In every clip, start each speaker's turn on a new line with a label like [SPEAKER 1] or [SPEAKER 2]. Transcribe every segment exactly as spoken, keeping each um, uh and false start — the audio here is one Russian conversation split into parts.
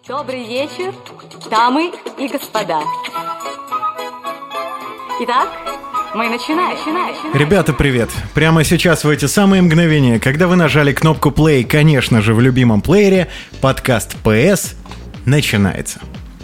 [SPEAKER 1] Добрый вечер, дамы и господа. Итак, мы начинаем. начинаем.
[SPEAKER 2] Ребята, привет! Прямо сейчас, в эти самые мгновения, когда вы нажали кнопку play, конечно же, в любимом плеере, подкаст ПС начинается.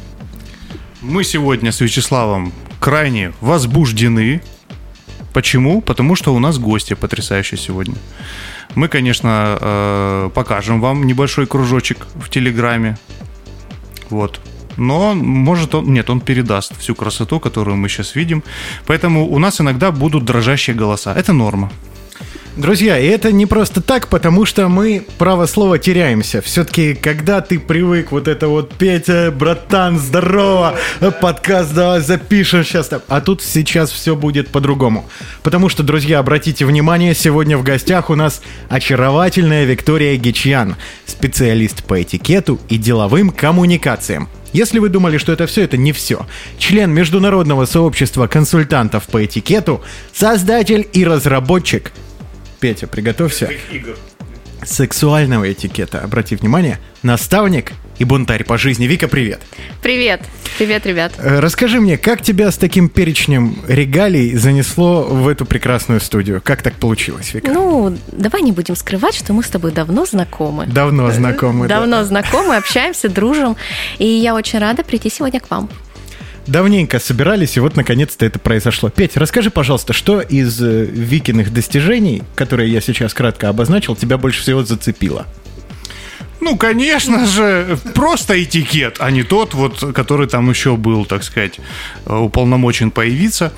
[SPEAKER 3] Мы сегодня с Вячеславом крайне возбуждены. Почему? Потому что у нас гости потрясающие сегодня. Мы, конечно, покажем вам небольшой кружочек в Телеграме. Вот. Но, может, он... Нет, он передаст всю красоту, которую мы сейчас видим. Поэтому у нас иногда будут дрожащие голоса. Это норма.
[SPEAKER 2] Друзья, и это не просто так, потому что мы, право слова, теряемся. Все-таки, когда ты привык вот это вот: Петя, братан, здорово, подкаст давай запишем сейчас. А тут сейчас все будет по-другому. Потому что, друзья, обратите внимание, сегодня в гостях у нас очаровательная Виктория Гичьян, специалист по этикету и деловым коммуникациям. Если вы думали, что это все, это не все. Член международного сообщества консультантов по этикету, создатель и разработчик, Петя, приготовься, сексуального этикета, обрати внимание, наставник и бунтарь по жизни. Вика, привет.
[SPEAKER 4] Привет. Привет, ребят.
[SPEAKER 2] Расскажи мне, как тебя с таким перечнем регалий занесло в эту прекрасную студию? Как так получилось, Вика?
[SPEAKER 4] Ну, давай не будем скрывать, что мы с тобой давно знакомы.
[SPEAKER 2] Давно знакомы,
[SPEAKER 4] Давно
[SPEAKER 2] да.
[SPEAKER 4] знакомы, общаемся, дружим. И я очень рада прийти сегодня к вам.
[SPEAKER 2] Давненько собирались, и вот наконец-то это произошло. Петь, расскажи, пожалуйста, что из э, Викиных достижений, которые я сейчас кратко обозначил, тебя больше всего зацепило?
[SPEAKER 3] Ну, конечно же, просто этикет, а не тот, вот, который там еще был, так сказать, уполномочен появиться.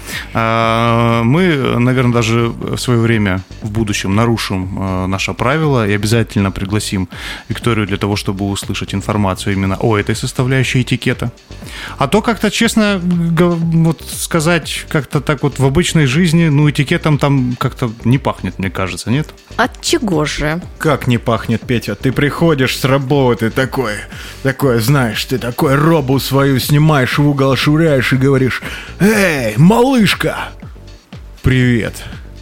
[SPEAKER 3] Мы, наверное, даже в свое время в будущем нарушим наше правило и обязательно пригласим Викторию для того, чтобы услышать информацию именно о этой составляющей этикета. А то как-то, честно вот сказать, как-то так вот в обычной жизни, ну, этикетом там как-то не пахнет, мне кажется, нет?
[SPEAKER 4] От чего же?
[SPEAKER 2] Как не пахнет, Петя? Ты приходишь с работы такой, такой, знаешь, ты такой робу свою снимаешь, в угол швыряешь и говоришь: «Эй, малышка, привет».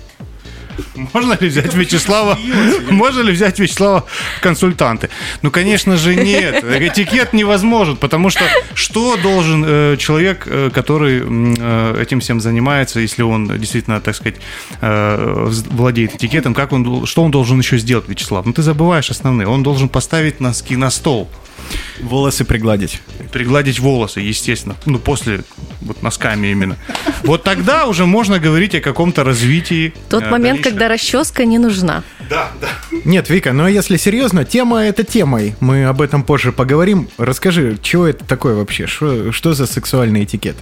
[SPEAKER 3] Можно ли взять Вячеслава? Можно ли взять Вячеслава в консультанты? Ну, конечно же, нет. Этикет невозможен, потому что что должен э, человек, э, который э, этим всем занимается, если он действительно, так сказать, э, владеет этикетом, как он, что он должен еще сделать, Вячеслав? Ну, ты забываешь основные. Он должен поставить носки на стол.
[SPEAKER 2] Волосы пригладить.
[SPEAKER 3] Пригладить волосы, естественно. Ну, после, вот носками именно. Вот тогда уже можно говорить о каком-то развитии.
[SPEAKER 4] Тот
[SPEAKER 3] э,
[SPEAKER 4] момент,
[SPEAKER 3] дальше.
[SPEAKER 4] когда расческа не нужна.
[SPEAKER 3] Да, да.
[SPEAKER 2] Нет, Вика, но если серьезно, тема это темой. Мы об этом позже поговорим. Расскажи, что это такое вообще? Что, что за сексуальный этикет?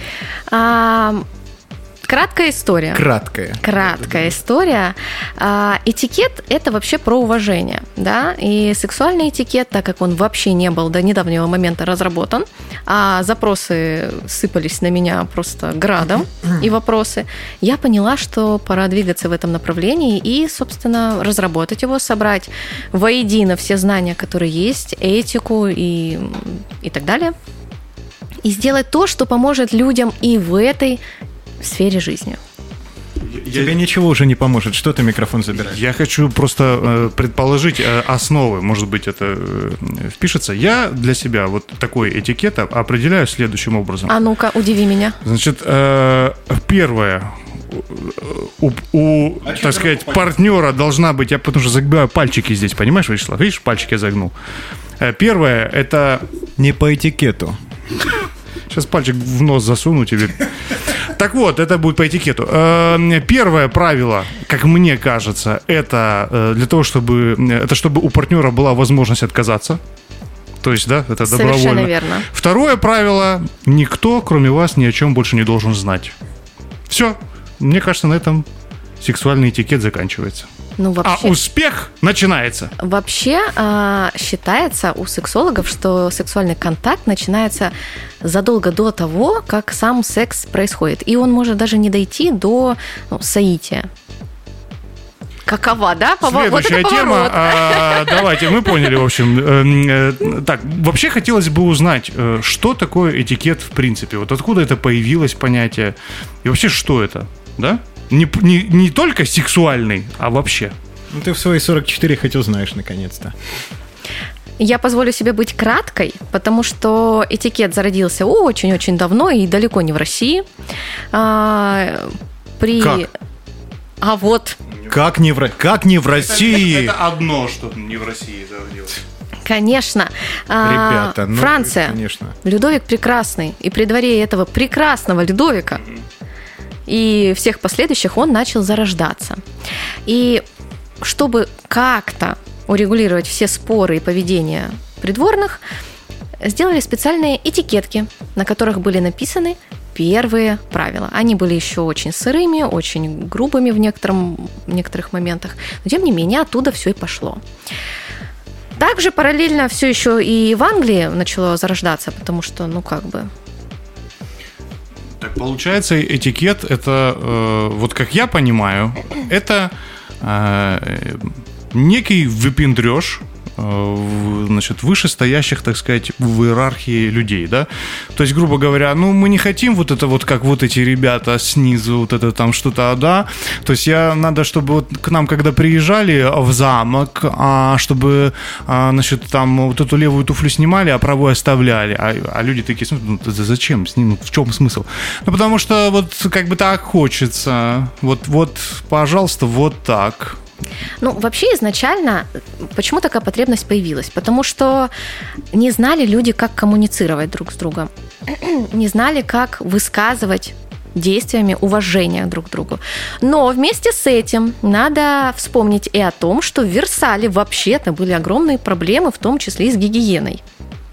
[SPEAKER 4] А... Краткая история.
[SPEAKER 2] Краткая.
[SPEAKER 4] Краткая история. А, этикет – это вообще про уважение, да, и сексуальный этикет, так как он вообще не был до недавнего момента разработан, а запросы сыпались на меня просто градом и вопросы, я поняла, что пора двигаться в этом направлении и, собственно, разработать его, собрать воедино все знания, которые есть, этику и, и так далее, и сделать то, что поможет людям и в этой в сфере жизни.
[SPEAKER 2] Тебе я... ничего уже не поможет. Что ты микрофон забираешь?
[SPEAKER 3] Я хочу просто э, предположить э, основы. Может быть, это э, впишется. Я для себя вот такой этикет определяю следующим образом.
[SPEAKER 4] А ну-ка, удиви меня.
[SPEAKER 3] Значит, э, первое. У, у а так сказать, партнера должна быть... Я потому что загибаю пальчики здесь, понимаешь, Вячеслав? Видишь, пальчики я загнул. Первое, это...
[SPEAKER 2] Не по этикету.
[SPEAKER 3] Сейчас пальчик в нос засуну тебе. Так вот, это будет по этикету. Первое правило, как мне кажется, это для того, чтобы, это чтобы у партнера была возможность отказаться. То есть, да, это добровольно.
[SPEAKER 4] Совершенно верно.
[SPEAKER 3] Второе правило: никто, кроме вас, ни о чем больше не должен знать. Все. Мне кажется, на этом сексуальный этикет заканчивается.
[SPEAKER 4] Ну, вообще,
[SPEAKER 3] а успех начинается.
[SPEAKER 4] Вообще э, считается у сексологов, что сексуальный контакт начинается задолго до того, как сам секс происходит. И он может даже не дойти до ну, соития. Какова, да?
[SPEAKER 3] Следующая
[SPEAKER 4] вот
[SPEAKER 3] тема. А, давайте, мы поняли, в общем. Так, вообще хотелось бы узнать, что такое этикет в принципе. Вот откуда это появилось понятие? И вообще, что это? Да? Не, не, не только сексуальный, а вообще.
[SPEAKER 2] Ну, ты в свои сорок четыре хоть узнаешь, наконец-то.
[SPEAKER 4] Я позволю себе быть краткой, потому что этикет зародился очень-очень давно и далеко не в России. А, при...
[SPEAKER 2] Как?
[SPEAKER 4] А вот...
[SPEAKER 2] Как не в, как не в России?
[SPEAKER 3] Это, это одно, что не в России зародилось.
[SPEAKER 4] Конечно.
[SPEAKER 2] Ребята, ну,
[SPEAKER 4] Франция.
[SPEAKER 2] Конечно.
[SPEAKER 4] Людовик Прекрасный. И при дворе этого прекрасного Людовика и всех последующих он начал зарождаться. И чтобы как-то урегулировать все споры и поведение придворных, сделали специальные этикетки, на которых были написаны первые правила. Они были еще очень сырыми, очень грубыми в, некотором, в некоторых моментах, но тем не менее оттуда все и пошло. Также параллельно все еще и в Англии начало зарождаться, потому что, ну как бы...
[SPEAKER 3] Так получается, этикет это, э, вот как я понимаю, это э, некий выпендрёж, значит, вышестоящих, так сказать, в иерархии людей, да, то есть, грубо говоря, ну, мы не хотим вот это вот, как вот эти ребята снизу, вот это там что-то, да, то есть, я, надо, чтобы вот к нам, когда приезжали в замок, а, чтобы, а, значит, там вот эту левую туфлю снимали, а правую оставляли, а, а люди такие, ну, зачем с ним, в чем смысл? Ну, потому что вот, как бы так хочется, вот, вот, пожалуйста, вот так.
[SPEAKER 4] Ну, вообще изначально, почему такая потребность появилась? Потому что не знали люди, как коммуницировать друг с другом, не знали, как высказывать действиями уважение друг к другу. Но вместе с этим надо вспомнить и о том, что в Версале вообще-то были огромные проблемы, в том числе и с гигиеной.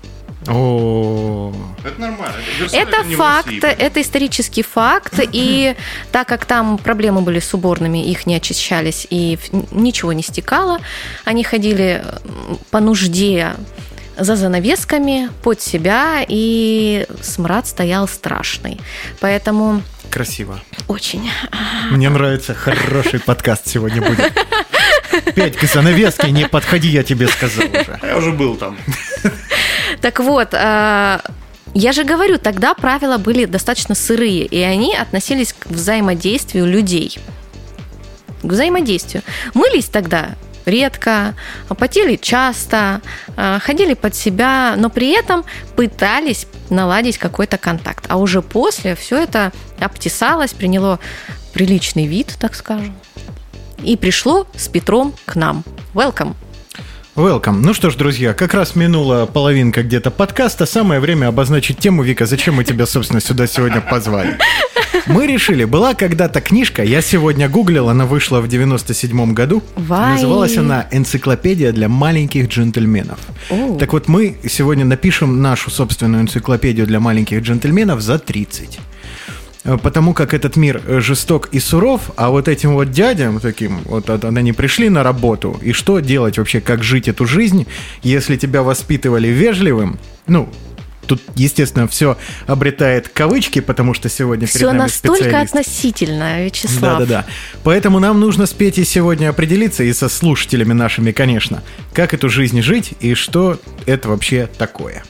[SPEAKER 2] О,
[SPEAKER 3] это нормально.
[SPEAKER 4] Это, это факт, России, это исторический факт, и так как там проблемы были с уборными, их не очищались и ничего не стекало, они ходили по нужде за занавесками под себя, и смрад стоял страшный. Поэтому...
[SPEAKER 2] Красиво.
[SPEAKER 4] Очень.
[SPEAKER 2] Мне нравится, хороший подкаст сегодня будет. Петь, к занавеске не подходи, я тебе сказал уже.
[SPEAKER 3] Я уже был там.
[SPEAKER 4] Так вот, я же говорю, тогда правила были достаточно сырые, и они относились к взаимодействию людей. К взаимодействию. Мылись тогда редко, потели часто, ходили под себя, но при этом пытались наладить какой-то контакт. А уже после все это обтесалось, приняло приличный вид, так скажем, и пришло с Петром к нам. Welcome!
[SPEAKER 2] Welcome. Ну что ж, друзья, как раз минула половинка где-то подкаста. Самое время обозначить тему. Вика, зачем мы тебя, собственно, сюда сегодня позвали? Мы решили, была когда-то книжка, я сегодня гуглил, она вышла в девяносто седьмом году.
[SPEAKER 4] Вай.
[SPEAKER 2] Называлась она «Энциклопедия для маленьких джентльменов».
[SPEAKER 4] О.
[SPEAKER 2] Так вот, мы сегодня напишем нашу собственную энциклопедию для маленьких джентльменов за тридцать. Потому как этот мир жесток и суров, а вот этим вот дядям таким, вот они пришли на работу, и что делать вообще, как жить эту жизнь, если тебя воспитывали вежливым, ну, тут, естественно, все обретает кавычки, потому что сегодня перед
[SPEAKER 4] все
[SPEAKER 2] нами специалист.
[SPEAKER 4] Все настолько относительно, Вячеслав.
[SPEAKER 2] Да-да-да. Поэтому нам нужно с Петей сегодня определиться, и со слушателями нашими, конечно, как эту жизнь жить, и что это вообще такое.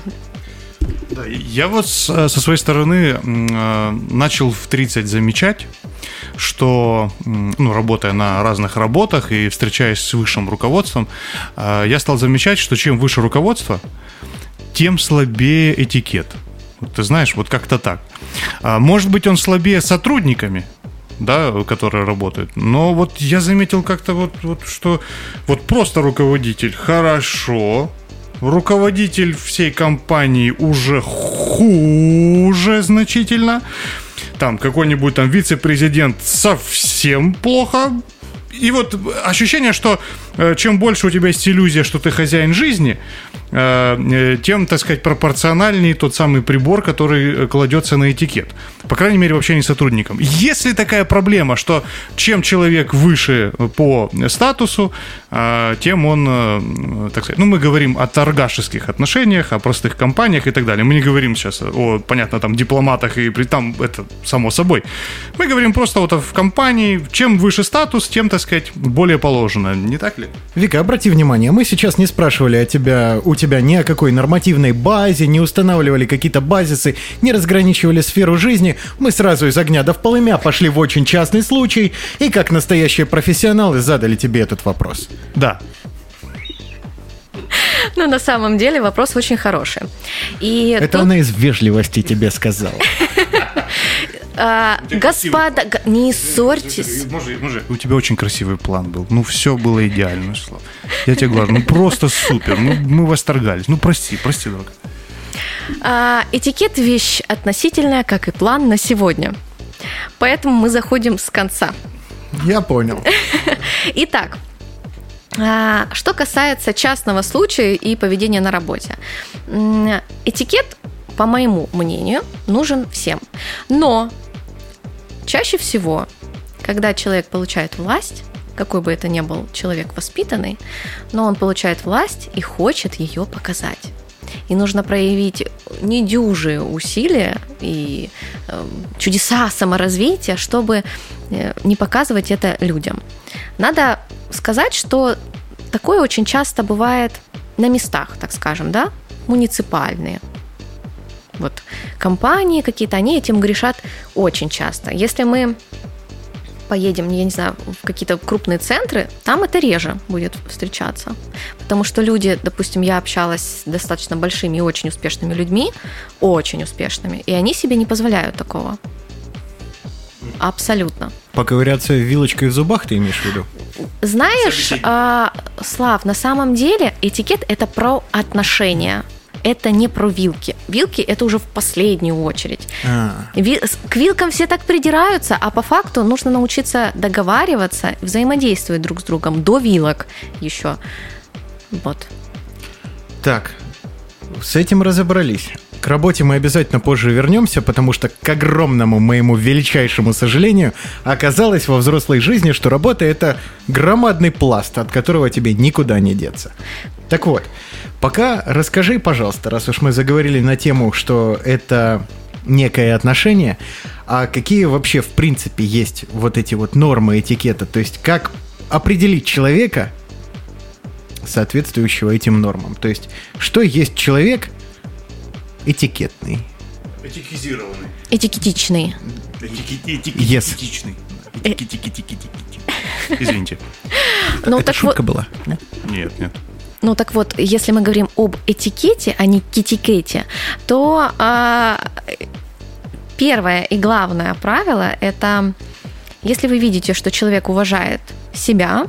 [SPEAKER 3] Да, я вот со своей стороны начал в тридцать замечать, что, ну, работая на разных работах и встречаясь с высшим руководством, я стал замечать, что чем выше руководство, тем слабее этикет. Вот ты знаешь, вот как-то так. Может быть, он слабее с сотрудниками, да, которые работают, но вот я заметил как-то вот, вот что вот просто руководитель хорошо, руководитель всей компании уже хуже значительно. Там какой-нибудь там вице-президент совсем плохо. И вот ощущение, что э, чем больше у тебя есть иллюзия, что ты хозяин жизни, э, э, тем, так сказать, пропорциональнее тот самый прибор, который кладется на этикет. По крайней мере, в общении с сотрудником. Если такая проблема, что чем человек выше по статусу, э, тем он, э, так сказать, ну, мы говорим о торгашеских отношениях, о простых компаниях и так далее. Мы не говорим сейчас о, понятно, там, дипломатах и там это само собой. Мы говорим просто вот в компании, чем выше статус, тем, так сказать, более положено, не так ли?
[SPEAKER 2] Вика, обрати внимание, мы сейчас не спрашивали о тебя, у тебя ни о какой нормативной базе, не устанавливали какие-то базисы, не разграничивали сферу жизни. Мы сразу из огня до в полымя пошли в очень частный случай и, как настоящие профессионалы, задали тебе этот вопрос.
[SPEAKER 3] Да.
[SPEAKER 4] Но на самом деле вопрос очень хороший. И
[SPEAKER 2] Это
[SPEAKER 4] тут,
[SPEAKER 2] она из вежливости тебе сказала.
[SPEAKER 4] а, господа, г- не ссорьтесь.
[SPEAKER 3] Мужик, мужик, у тебя очень красивый план был. Ну, все было идеально, Слав. Я тебе говорю, ну просто супер. Ну, мы восторгались. Ну, прости, прости, дорогая.
[SPEAKER 4] А, этикет – вещь относительная, как и план на сегодня. Поэтому мы заходим с конца.
[SPEAKER 2] Я понял.
[SPEAKER 4] Итак, а, что касается частного случая и поведения на работе. М, Этикет, по моему мнению, нужен всем. Но чаще всего, когда человек получает власть, какой бы это ни был человек воспитанный, но он получает власть и хочет ее показать. И нужно проявить недюжие усилия и э, чудеса саморазвития, чтобы э, не показывать это людям. Надо сказать, что такое очень часто бывает на местах, так скажем, да, муниципальные. Вот компании какие-то, они этим грешат очень часто. Если мы поедем, я не знаю, в какие-то крупные центры, там это реже будет встречаться. Потому что люди, допустим, я общалась с достаточно большими и очень успешными людьми, очень успешными, и они себе не позволяют такого. Абсолютно.
[SPEAKER 2] Поковыряться вилочкой в зубах, ты имеешь в виду?
[SPEAKER 4] Знаешь, а, Слав, на самом деле этикет – это про отношения. Это не про вилки. Вилки – это уже в последнюю очередь.
[SPEAKER 2] А.
[SPEAKER 4] Ви- с- К вилкам все так придираются, а по факту нужно научиться договариваться, взаимодействовать друг с другом до вилок еще. Вот.
[SPEAKER 2] Так, с этим разобрались. К работе мы обязательно позже вернемся, потому что, к огромному моему величайшему сожалению, оказалось во взрослой жизни, что работа – это громадный пласт, от которого тебе никуда не деться. Так вот, пока расскажи, пожалуйста, раз уж мы заговорили на тему, что это некое отношение, а какие вообще в принципе есть вот эти вот нормы этикета, то есть как определить человека, соответствующего этим нормам, то есть что есть человек этикетный.
[SPEAKER 3] Этикизированный.
[SPEAKER 4] Этикетичный.
[SPEAKER 2] Yes.
[SPEAKER 3] Этикетичный. Извините.
[SPEAKER 4] Ну,
[SPEAKER 2] Это
[SPEAKER 4] так
[SPEAKER 2] шутка
[SPEAKER 4] вот,
[SPEAKER 2] была.
[SPEAKER 3] Нет, нет.
[SPEAKER 4] ну так вот, если мы говорим об этикете, а не китикете, то а, первое и главное правило – это если вы видите, что человек уважает себя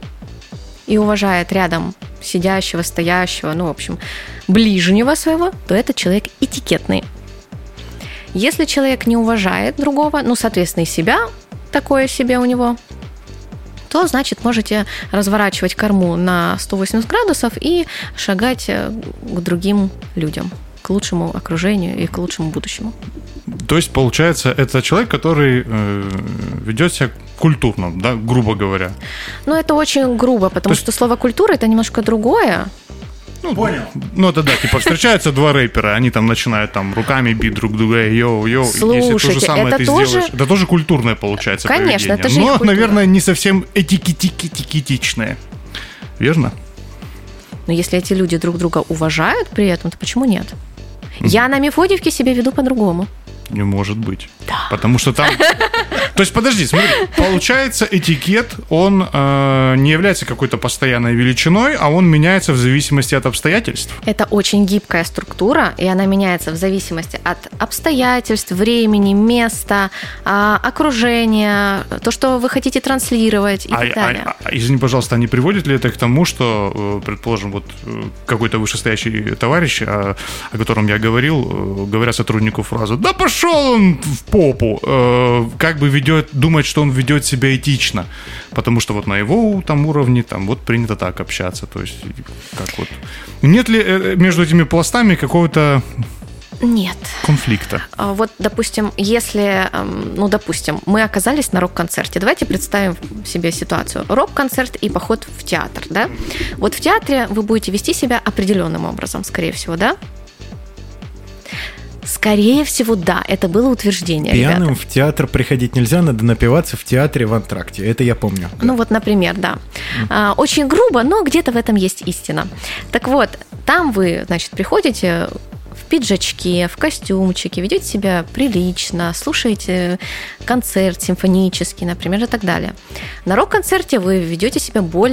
[SPEAKER 4] и уважает рядом сидящего, стоящего, ну, в общем, ближнего своего, то этот человек этикетный. Если человек не уважает другого, ну, соответственно, и себя, такое себе у него, то, значит, можете разворачивать корму на сто восемьдесят градусов и шагать к другим людям, к лучшему окружению и к лучшему будущему.
[SPEAKER 3] То есть, получается, это человек, который э, ведет себя культурно, да, грубо говоря.
[SPEAKER 4] Ну, это очень грубо, потому
[SPEAKER 3] То есть-
[SPEAKER 4] что слово «культура» – это немножко другое.
[SPEAKER 3] Ну, понял. Ну, это да, типа встречаются два рэпера, они там начинают там руками бить друг друга, йоу-йоу. Если то же
[SPEAKER 4] Слушайте,
[SPEAKER 3] самое
[SPEAKER 4] это
[SPEAKER 3] ты
[SPEAKER 4] тоже-
[SPEAKER 3] сделаешь, это тоже культурное получается
[SPEAKER 4] Конечно,
[SPEAKER 3] поведение.
[SPEAKER 4] это же их
[SPEAKER 3] Но,
[SPEAKER 4] культура.
[SPEAKER 3] наверное, не совсем этикетичное. Верно?
[SPEAKER 4] Но если эти люди друг друга уважают при этом, то почему нет? Я на Мефодиевке себя веду по-другому.
[SPEAKER 3] Не может быть. Да. Потому что там... То есть, подожди, смотри, получается, этикет, он э, не является какой-то постоянной величиной, а он меняется в зависимости от обстоятельств.
[SPEAKER 4] Это очень гибкая структура, и она меняется в зависимости от обстоятельств, времени, места, а, окружения, то, что вы хотите транслировать и
[SPEAKER 3] А,
[SPEAKER 4] так далее.
[SPEAKER 3] а- а- извини, пожалуйста, а не приводит ли это к тому, что, э, предположим, вот э, какой-то вышестоящий товарищ, о, о котором я говорил, э, говоря сотруднику фразу «Да пошел он в попу!», э, как бы ведет, думает, что он ведет себя этично, потому что вот на его там уровне там вот принято так общаться, то есть как вот... Нет ли э, между этими пластами какого-то
[SPEAKER 4] Нет.
[SPEAKER 3] конфликта?
[SPEAKER 4] А Вот, допустим, если, эм, ну, допустим, мы оказались на рок-концерте. Давайте представим себе ситуацию. Рок-концерт и поход в театр, да? Вот в театре вы будете вести себя определенным образом, скорее всего, да? Скорее всего, да. Это было утверждение,
[SPEAKER 2] Пьяным
[SPEAKER 4] ребята.
[SPEAKER 2] в театр приходить нельзя, надо напиваться в театре в антракте. Это я помню.
[SPEAKER 4] Ну вот, например, да. А, очень грубо, но где-то в этом есть истина. Так вот, там вы, значит, приходите в пиджачке, в костюмчике, ведете себя прилично, слушаете концерт симфонический, например, и так далее. На рок-концерте вы ведете себя более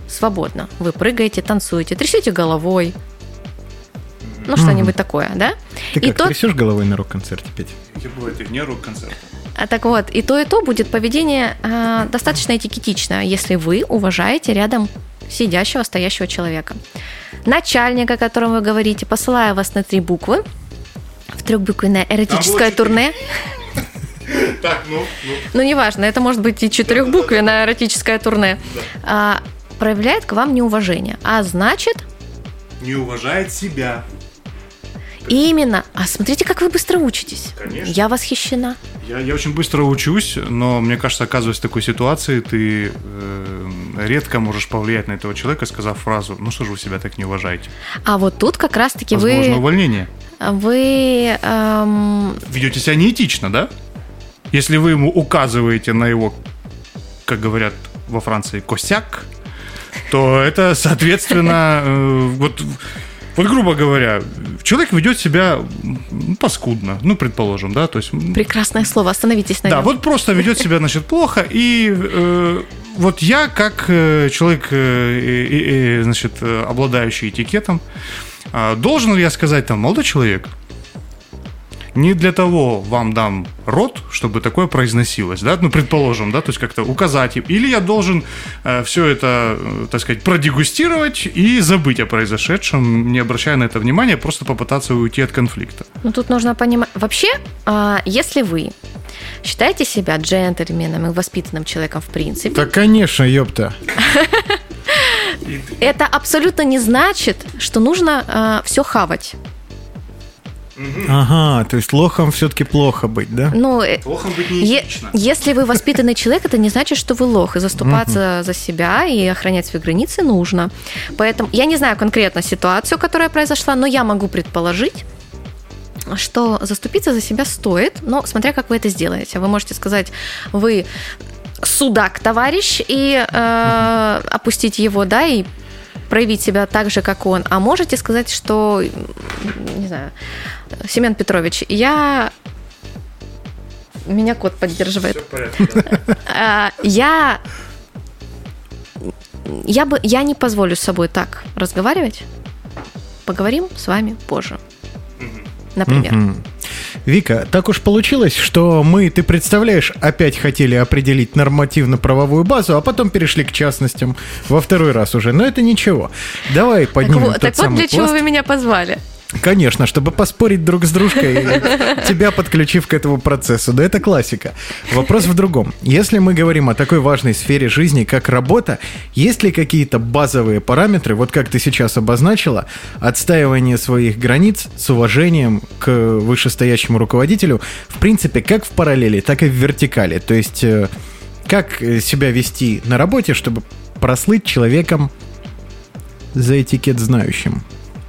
[SPEAKER 4] свободно. Вы прыгаете, танцуете, трясете головой. Ну, что-нибудь mm-hmm. такое, да?
[SPEAKER 2] Ты
[SPEAKER 4] и
[SPEAKER 2] как,
[SPEAKER 4] то...
[SPEAKER 2] трясешь головой на рок-концерте, Петя?
[SPEAKER 3] Я бывает и не рок-концерт.
[SPEAKER 4] А так вот, и то, и то будет поведение э, достаточно этикетичное, если вы уважаете рядом сидящего, стоящего человека. Начальника, о котором вы говорите, посылая вас на три буквы в трехбуквенное эротическое турне.
[SPEAKER 3] Так, ну, ну.
[SPEAKER 4] Ну, неважно, это может быть и четырехбуквенное эротическое турне. А, проявляет к вам неуважение. А значит...
[SPEAKER 3] Не уважает себя.
[SPEAKER 4] Именно. А смотрите, как вы быстро учитесь.
[SPEAKER 3] Конечно.
[SPEAKER 4] Я восхищена.
[SPEAKER 3] Я, я очень быстро учусь, но мне кажется, оказываясь в такой ситуации, ты э, редко можешь повлиять на этого человека, сказав фразу: ну что же вы себя так не уважаете?
[SPEAKER 4] А вот тут как раз-таки
[SPEAKER 3] Возможно,
[SPEAKER 4] вы...
[SPEAKER 3] увольнение.
[SPEAKER 4] Вы... Эм...
[SPEAKER 3] Ведете себя неэтично, да? Если вы ему указываете на его, как говорят во Франции, косяк, то это, соответственно, э, вот... Вот, грубо говоря, человек ведет себя паскудно, ну, предположим, да, то есть...
[SPEAKER 4] Прекрасное слово, остановитесь на нем.
[SPEAKER 3] Да, вот просто ведет себя, значит, плохо, и э, вот я, как э, человек, э, э, э, значит, обладающий этикетом, э, должен ли я сказать, там, молодой человек, не для того вам дам рот, чтобы такое произносилось, да, ну, предположим, да, то есть как-то указать, или я должен э, все это, э, так сказать, продегустировать и забыть о произошедшем, не обращая на это внимания, просто попытаться уйти от конфликта.
[SPEAKER 4] Ну, тут нужно понимать, вообще, э, если вы считаете себя джентльменом и воспитанным человеком в принципе...
[SPEAKER 2] Да, конечно, ёпта.
[SPEAKER 4] Это абсолютно не значит, что нужно э, все хавать.
[SPEAKER 2] Ага, то есть лохом все-таки плохо быть, да?
[SPEAKER 4] Ну,
[SPEAKER 3] Лохом быть не
[SPEAKER 4] е-
[SPEAKER 3] этично.
[SPEAKER 4] если вы воспитанный человек, это не значит, что вы лох, и заступаться за себя и охранять свои границы нужно. Поэтому я не знаю конкретно ситуацию, которая произошла, но я могу предположить, что заступиться за себя стоит, но смотря как вы это сделаете. Вы можете сказать, вы судак, товарищ, и э, опустить его, да, и проявить себя так же, как он. А можете сказать, что, не знаю, Семен Петрович, я... Меня кот поддерживает.
[SPEAKER 3] Всё в порядке, да.
[SPEAKER 4] Я... Я, бы... я не позволю с собой так разговаривать. Поговорим с вами позже. Например.
[SPEAKER 2] Мгм. Вика, так уж получилось, что мы, ты представляешь, опять хотели определить нормативно-правовую базу, а потом перешли к частностям во второй раз уже. Но это ничего. Давай
[SPEAKER 4] Так,
[SPEAKER 2] поднимем
[SPEAKER 4] вот,
[SPEAKER 2] тот
[SPEAKER 4] так вот
[SPEAKER 2] самый
[SPEAKER 4] для чего
[SPEAKER 2] пласт.
[SPEAKER 4] вы меня позвали.
[SPEAKER 2] Конечно, чтобы поспорить друг с дружкой, тебя подключив к этому процессу. Да, это классика. Вопрос в другом. Если мы говорим о такой важной сфере жизни, как работа, есть ли какие-то базовые параметры, вот как ты сейчас обозначила, отстаивание своих границ с уважением к вышестоящему руководителю, в принципе, как в параллели, так и в вертикали. То есть, э, как себя вести на работе, чтобы прослыть человеком за этикет знающим?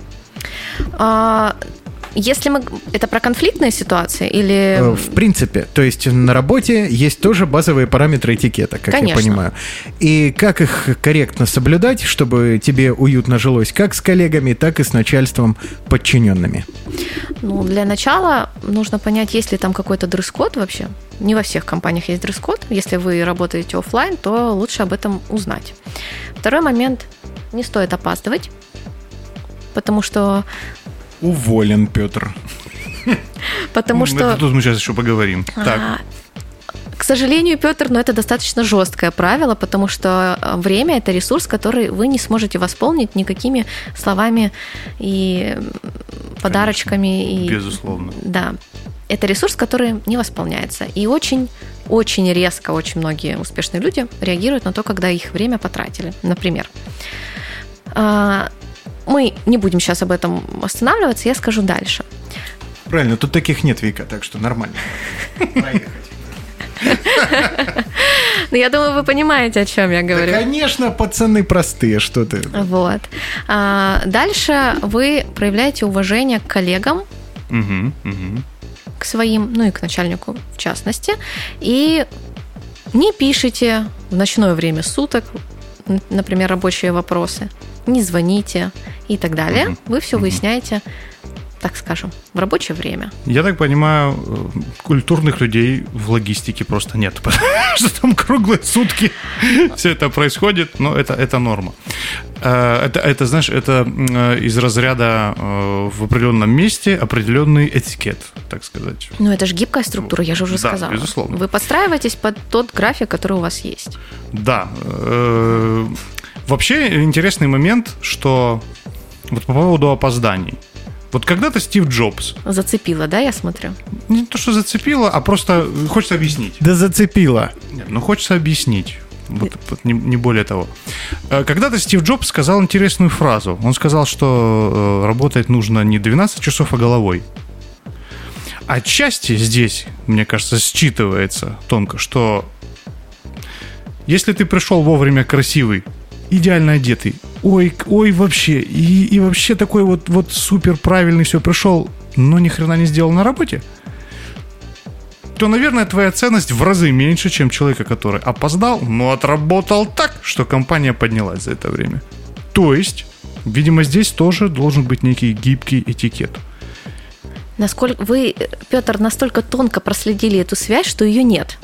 [SPEAKER 4] А, если мы... Это про конфликтные ситуации или...
[SPEAKER 2] В принципе. То есть на работе есть тоже базовые параметры этикета, как
[SPEAKER 4] Конечно.
[SPEAKER 2] я понимаю. И как их корректно соблюдать, чтобы тебе уютно жилось как с коллегами, так и с начальством, подчиненными?
[SPEAKER 4] Ну, для начала нужно понять, есть ли там какой-то дресс-код вообще. Не во всех компаниях есть дресс-код. Если вы работаете офлайн, то лучше об этом узнать. Второй момент. Не стоит опаздывать. Потому что...
[SPEAKER 2] Уволен, Петр.
[SPEAKER 4] Потому
[SPEAKER 3] Это
[SPEAKER 4] что...
[SPEAKER 3] тут мы сейчас еще поговорим. Так.
[SPEAKER 4] А, К сожалению, Петр, но это достаточно жесткое правило, потому что время – это ресурс, который вы не сможете восполнить никакими словами и подарочками. И...
[SPEAKER 3] Безусловно.
[SPEAKER 4] Да. Это ресурс, который не восполняется. И очень, очень резко очень многие успешные люди реагируют на то, когда их время потратили. Например, мы не будем сейчас об этом останавливаться, я скажу дальше.
[SPEAKER 2] Правильно, тут таких нет, Вика, так что нормально.
[SPEAKER 4] Ну, я думаю, вы понимаете, о чем я говорю.
[SPEAKER 2] Да, конечно, пацаны простые, что ты.
[SPEAKER 4] Вот. А дальше вы проявляете уважение к коллегам,
[SPEAKER 3] Угу, угу.
[SPEAKER 4] к своим, ну и к начальнику в частности, и не пишите в ночное время суток, например, рабочие вопросы, не звоните и так далее.
[SPEAKER 3] Мгм.
[SPEAKER 4] Вы все
[SPEAKER 3] Мгм.
[SPEAKER 4] выясняете так скажем, в рабочее время.
[SPEAKER 3] Я так понимаю, культурных людей в логистике просто нет, потому что там круглые сутки все это происходит, но это, это норма. Это, это, знаешь, это из разряда в определенном месте определенный этикет, так сказать.
[SPEAKER 4] Ну, это же гибкая структура, я же уже
[SPEAKER 3] да,
[SPEAKER 4] сказала.
[SPEAKER 3] Безусловно.
[SPEAKER 4] Вы подстраиваетесь под тот график, который у вас есть.
[SPEAKER 3] Да. Вообще интересный момент, что вот по поводу опозданий. Вот когда-то Стив Джобс...
[SPEAKER 4] Зацепило, да, я смотрю?
[SPEAKER 3] Не то, что зацепило, а просто хочется объяснить.
[SPEAKER 2] Да зацепило.
[SPEAKER 3] Нет, ну хочется объяснить. Вот, вот, не, не более того. Когда-то Стив Джобс сказал интересную фразу. Он сказал, что работать нужно не двенадцать часов, а головой. Отчасти здесь, мне кажется, считывается тонко, что если ты пришел вовремя красивый, идеально одетый, ой, ой, вообще, и, и вообще такой вот, вот супер правильный все пришел, но ни хрена не сделал на работе, то, наверное, твоя ценность в разы меньше, чем человека, который опоздал, но отработал так, что компания поднялась за это время. То есть, видимо, здесь тоже должен быть некий гибкий этикет.
[SPEAKER 4] Насколько вы, Петр, настолько тонко проследили эту связь, что ее нет.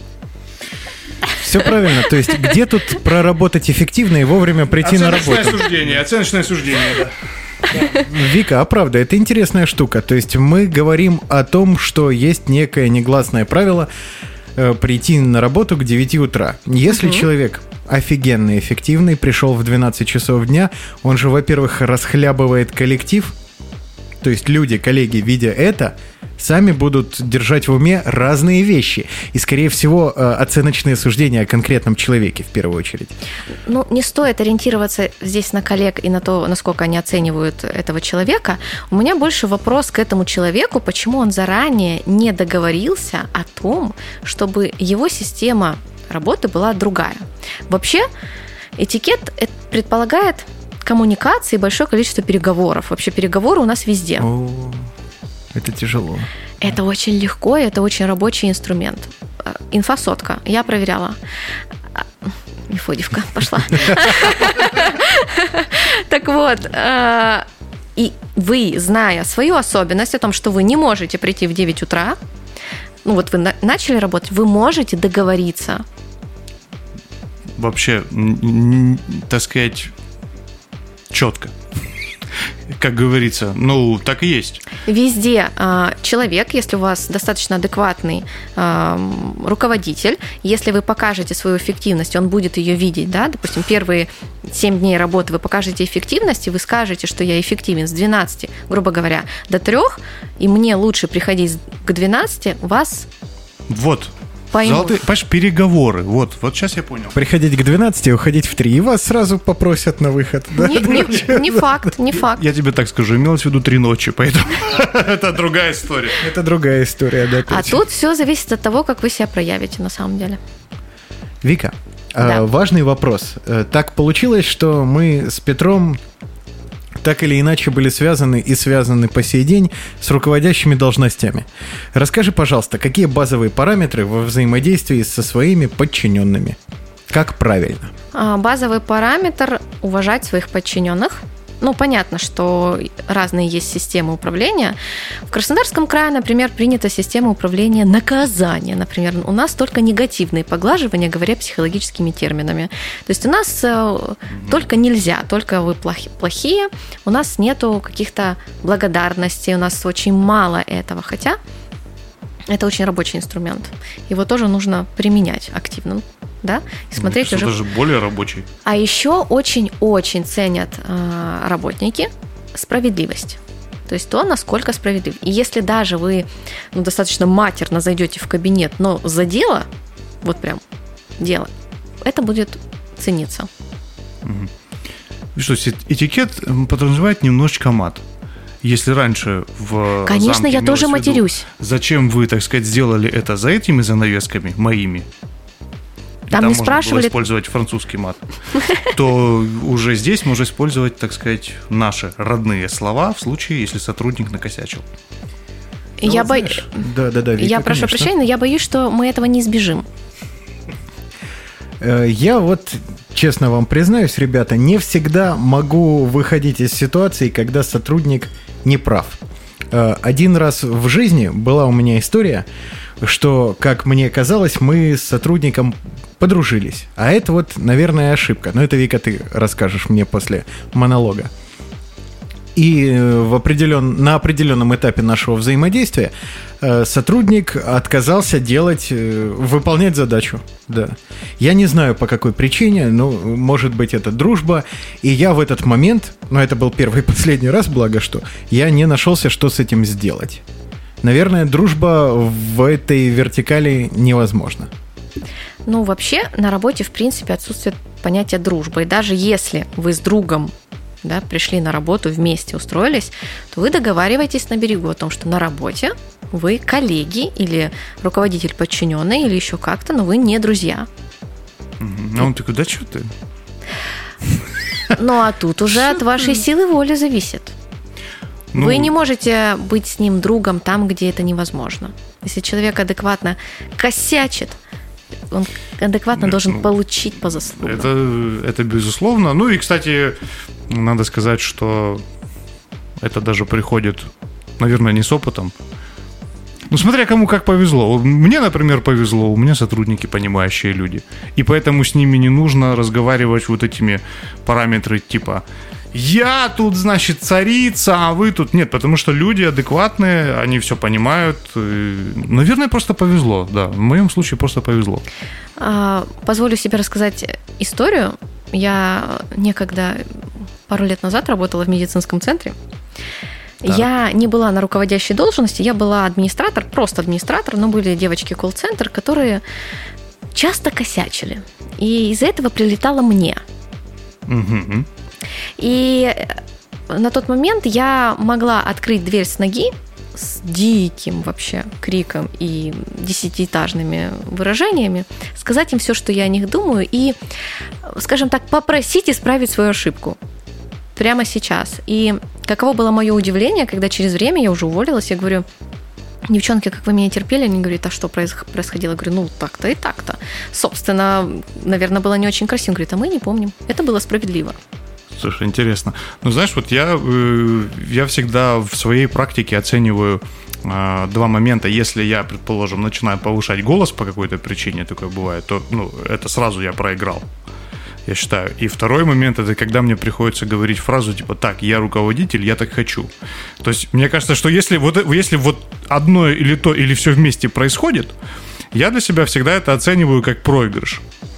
[SPEAKER 2] Все правильно. То есть, где тут проработать эффективно и вовремя прийти на работу?
[SPEAKER 3] Оценочное суждение, оценочное суждение, да.
[SPEAKER 2] Вика, а правда, это интересная штука. То есть мы говорим о том, что есть некое негласное правило э, прийти на работу к девяти утра. Если угу. человек офигенно эффективный, пришел в двенадцать часов дня, он же, во-первых, расхлябывает коллектив. То есть люди, коллеги, видя это, сами будут держать в уме разные вещи. И, скорее всего, оценочные суждения о конкретном человеке в первую очередь.
[SPEAKER 4] Ну, не стоит ориентироваться здесь на коллег и на то, насколько они оценивают этого человека. У меня больше вопрос к этому человеку, почему он заранее не договорился о том, чтобы его система работы была другая. Вообще, этикет предполагает коммуникации и большое количество переговоров. Вообще переговоры у нас везде.
[SPEAKER 2] О, это тяжело.
[SPEAKER 4] Это очень легко, и это очень рабочий инструмент. Инфосотка. Я проверяла. Мефодьевка пошла. Так вот, и вы, зная свою особенность о том, что вы не можете прийти в девять утра, ну вот вы начали работать, вы можете договориться.
[SPEAKER 3] Вообще, так сказать, четко. Как говорится, ну, так и есть.
[SPEAKER 4] Везде э, человек, если у вас достаточно адекватный э, руководитель, если вы покажете свою эффективность, он будет ее видеть, да, допустим, первые семь дней работы вы покажете эффективность, и вы скажете, что я эффективен с двенадцати, грубо говоря, до трёх, и мне лучше приходить к двенадцати, вас
[SPEAKER 3] вот.
[SPEAKER 4] поймут.
[SPEAKER 3] Золотые, понимаешь, переговоры. Вот, вот сейчас я понял.
[SPEAKER 2] Приходить к двенадцати, уходить в три, и вас сразу попросят на выход. Да?
[SPEAKER 4] Не, не, не факт, не факт.
[SPEAKER 3] Я тебе так скажу, имелось в виду три ночи, поэтому это другая история.
[SPEAKER 2] Это другая история, да.
[SPEAKER 4] А тут все зависит от того, как вы себя проявите на самом деле.
[SPEAKER 2] Вика,
[SPEAKER 4] да.
[SPEAKER 2] важный вопрос. Так получилось, что мы с Петром так или иначе были связаны и связаны по сей день с руководящими должностями. Расскажи, пожалуйста, какие базовые параметры во взаимодействии со своими подчиненными? Как правильно?
[SPEAKER 4] Базовый параметр – уважать своих подчиненных. Ну, понятно, что разные есть системы управления. В Краснодарском крае, например, принята система управления наказания. Например, у нас только негативные поглаживания, говоря психологическими терминами. То есть у нас только нельзя, только вы плохие. У нас нету каких-то благодарностей, у нас очень мало этого. Хотя это очень рабочий инструмент. Его тоже нужно применять активно. Да? И смотреть
[SPEAKER 3] ну,
[SPEAKER 4] уже.
[SPEAKER 3] Даже более рабочий.
[SPEAKER 4] А еще очень-очень ценят э, работники справедливость. То есть то, насколько справедлив. И если даже вы ну, достаточно матерно зайдете в кабинет, но за дело, вот прям дело, это будет цениться.
[SPEAKER 3] Угу. Что, этикет подразумевает немножечко мат. Если раньше в
[SPEAKER 4] Конечно, я тоже матерюсь.
[SPEAKER 3] Зачем вы, так сказать, сделали это за этими занавесками моими?
[SPEAKER 4] Там,
[SPEAKER 3] там
[SPEAKER 4] не
[SPEAKER 3] можно
[SPEAKER 4] спрашивали...
[SPEAKER 3] было использовать французский мат, то уже здесь можно использовать, так сказать, наши родные слова в случае, если сотрудник накосячил.
[SPEAKER 4] Я,
[SPEAKER 2] ну,
[SPEAKER 4] бо...
[SPEAKER 2] да, да, да, Вика,
[SPEAKER 4] я прошу
[SPEAKER 2] конечно.
[SPEAKER 4] прощения, но я боюсь, что мы этого не избежим.
[SPEAKER 2] Я вот, честно вам признаюсь, ребята, не всегда могу выходить из ситуации, когда сотрудник не прав. Один раз в жизни была у меня история, что, как мне казалось, мы с сотрудником подружились. А это вот, наверное, ошибка. Но это, Вика, ты расскажешь мне после монолога. И в определен... на определенном этапе нашего взаимодействия сотрудник отказался делать, выполнять задачу. Да. Я не знаю, по какой причине, но, может быть, это дружба. И я в этот момент, но это был первый и последний раз, благо что, я не нашелся, что с этим сделать. Наверное, дружба в этой вертикали невозможна.
[SPEAKER 4] Ну, вообще, на работе, в принципе, отсутствует понятие дружбы. И даже если вы с другом, да, пришли на работу, вместе устроились, то вы договариваетесь на берегу о том, что на работе вы коллеги или руководитель подчиненный или еще как-то, но вы не друзья.
[SPEAKER 3] А он такой, да что ты?
[SPEAKER 4] Ну, а тут уже от вашей силы воли зависит.
[SPEAKER 3] Ну,
[SPEAKER 4] вы не можете быть с ним другом там, где это невозможно. Если человек адекватно косячит, он адекватно должен
[SPEAKER 3] ну,
[SPEAKER 4] получить по заслугам.
[SPEAKER 3] Это, это безусловно. Ну и, кстати, надо сказать, что это даже приходит, наверное, не с опытом. Ну, смотря кому как повезло. Мне, например, повезло, у меня сотрудники понимающие люди. И поэтому с ними не нужно разговаривать вот этими параметрами типа «я тут, значит, царица, а вы тут...» Нет, потому что люди адекватные, они все понимают. Наверное, просто повезло, да. В моем случае просто повезло.
[SPEAKER 4] Позволю себе рассказать историю. Я некогда, пару лет назад, работала в медицинском центре. Так. Я не была на руководящей должности, я была администратор, просто администратор, но были девочки колл-центр, которые часто косячили. И из-за этого прилетало мне.
[SPEAKER 3] Угу.
[SPEAKER 4] И на тот момент я могла открыть дверь с ноги с диким вообще криком и десятиэтажными выражениями, сказать им все, что я о них думаю, и, скажем так, попросить исправить свою ошибку прямо сейчас. И каково было мое удивление, когда через время я уже уволилась, я говорю: девчонки, как вы меня терпели? Они говорят: а что происходило? Я говорю: ну, так-то и так-то. Собственно, наверное, было не очень красиво. Говорит: а мы не помним. Это было справедливо.
[SPEAKER 3] Слушай, интересно. Ну, знаешь, вот я, я всегда в своей практике оцениваю э, два момента. Если я, предположим, начинаю повышать голос по какой-то причине, такое бывает, то ну, это сразу я проиграл, я считаю. И второй момент — это когда мне приходится говорить фразу типа «так, я руководитель, я так хочу». То есть мне кажется, что если вот, если вот одно или то, или все вместе происходит, я для себя всегда это оцениваю как проигрыш.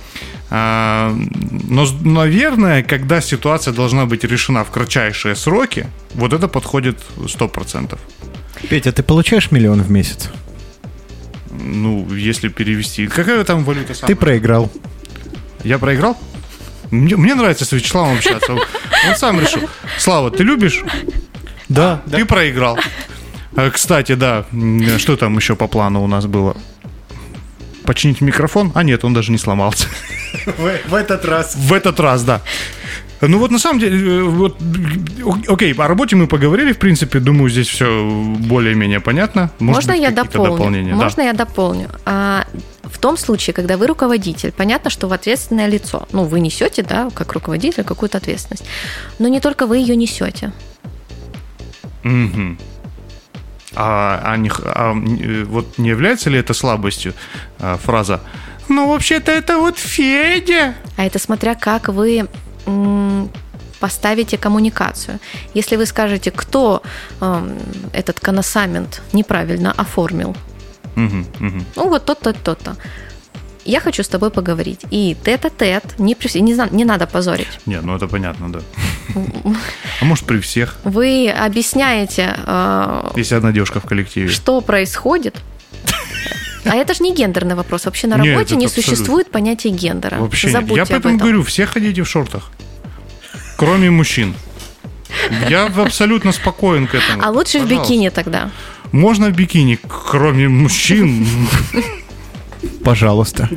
[SPEAKER 3] Но, наверное, когда ситуация должна быть решена в кратчайшие сроки, вот это подходит сто процентов.
[SPEAKER 2] Петя, ты получаешь миллион в месяц?
[SPEAKER 3] Ну, если перевести. Какая там валюта самая?
[SPEAKER 2] Ты проиграл.
[SPEAKER 3] Я проиграл? Мне, мне нравится с Вячеславом общаться. Он сам решил. Слава, ты любишь?
[SPEAKER 2] Да.
[SPEAKER 3] Ты
[SPEAKER 2] да.
[SPEAKER 3] проиграл. Кстати, да, что там еще по плану у нас было? Починить микрофон? А нет, он даже не сломался.
[SPEAKER 2] В, в этот раз.
[SPEAKER 3] В этот раз, да. Ну вот на самом деле, вот, окей, о работе мы поговорили, в принципе, думаю, здесь все более-менее понятно. Может
[SPEAKER 4] Можно
[SPEAKER 3] быть,
[SPEAKER 4] я дополню? Можно
[SPEAKER 3] да.
[SPEAKER 4] я дополню? А, в том случае, когда вы руководитель, понятно, что вы ответственное лицо. Ну, вы несете, да, как руководитель, какую-то ответственность. Но не только вы ее несете.
[SPEAKER 3] Угу. А, а, не, а вот не является ли это слабостью а, фраза «ну, вообще-то это вот Федя»?
[SPEAKER 4] А это смотря как вы м, поставите коммуникацию. Если вы скажете, кто э, этот коносамент неправильно оформил,
[SPEAKER 3] угу, угу.
[SPEAKER 4] ну, вот тот-то, тот-то. Я хочу с тобой поговорить. И тет-а-тет, не, при, не, не надо позорить.
[SPEAKER 3] Не, ну это понятно, да. А может, при всех?
[SPEAKER 4] Вы объясняете,
[SPEAKER 3] если одна девушка в коллективе,
[SPEAKER 4] что происходит. А это же не гендерный вопрос. Вообще на работе
[SPEAKER 3] Нет,
[SPEAKER 4] не
[SPEAKER 3] абсолютно.
[SPEAKER 4] Существует понятия гендера.
[SPEAKER 3] Вообще нет.
[SPEAKER 4] Забудьте
[SPEAKER 3] Я
[SPEAKER 4] об
[SPEAKER 3] поэтому
[SPEAKER 4] этом.
[SPEAKER 3] говорю, все ходите в шортах. Кроме мужчин. Я абсолютно спокоен к этому.
[SPEAKER 4] А лучше
[SPEAKER 3] Пожалуйста.
[SPEAKER 4] в бикини тогда.
[SPEAKER 3] Можно в бикини, кроме мужчин.
[SPEAKER 2] Пожалуйста.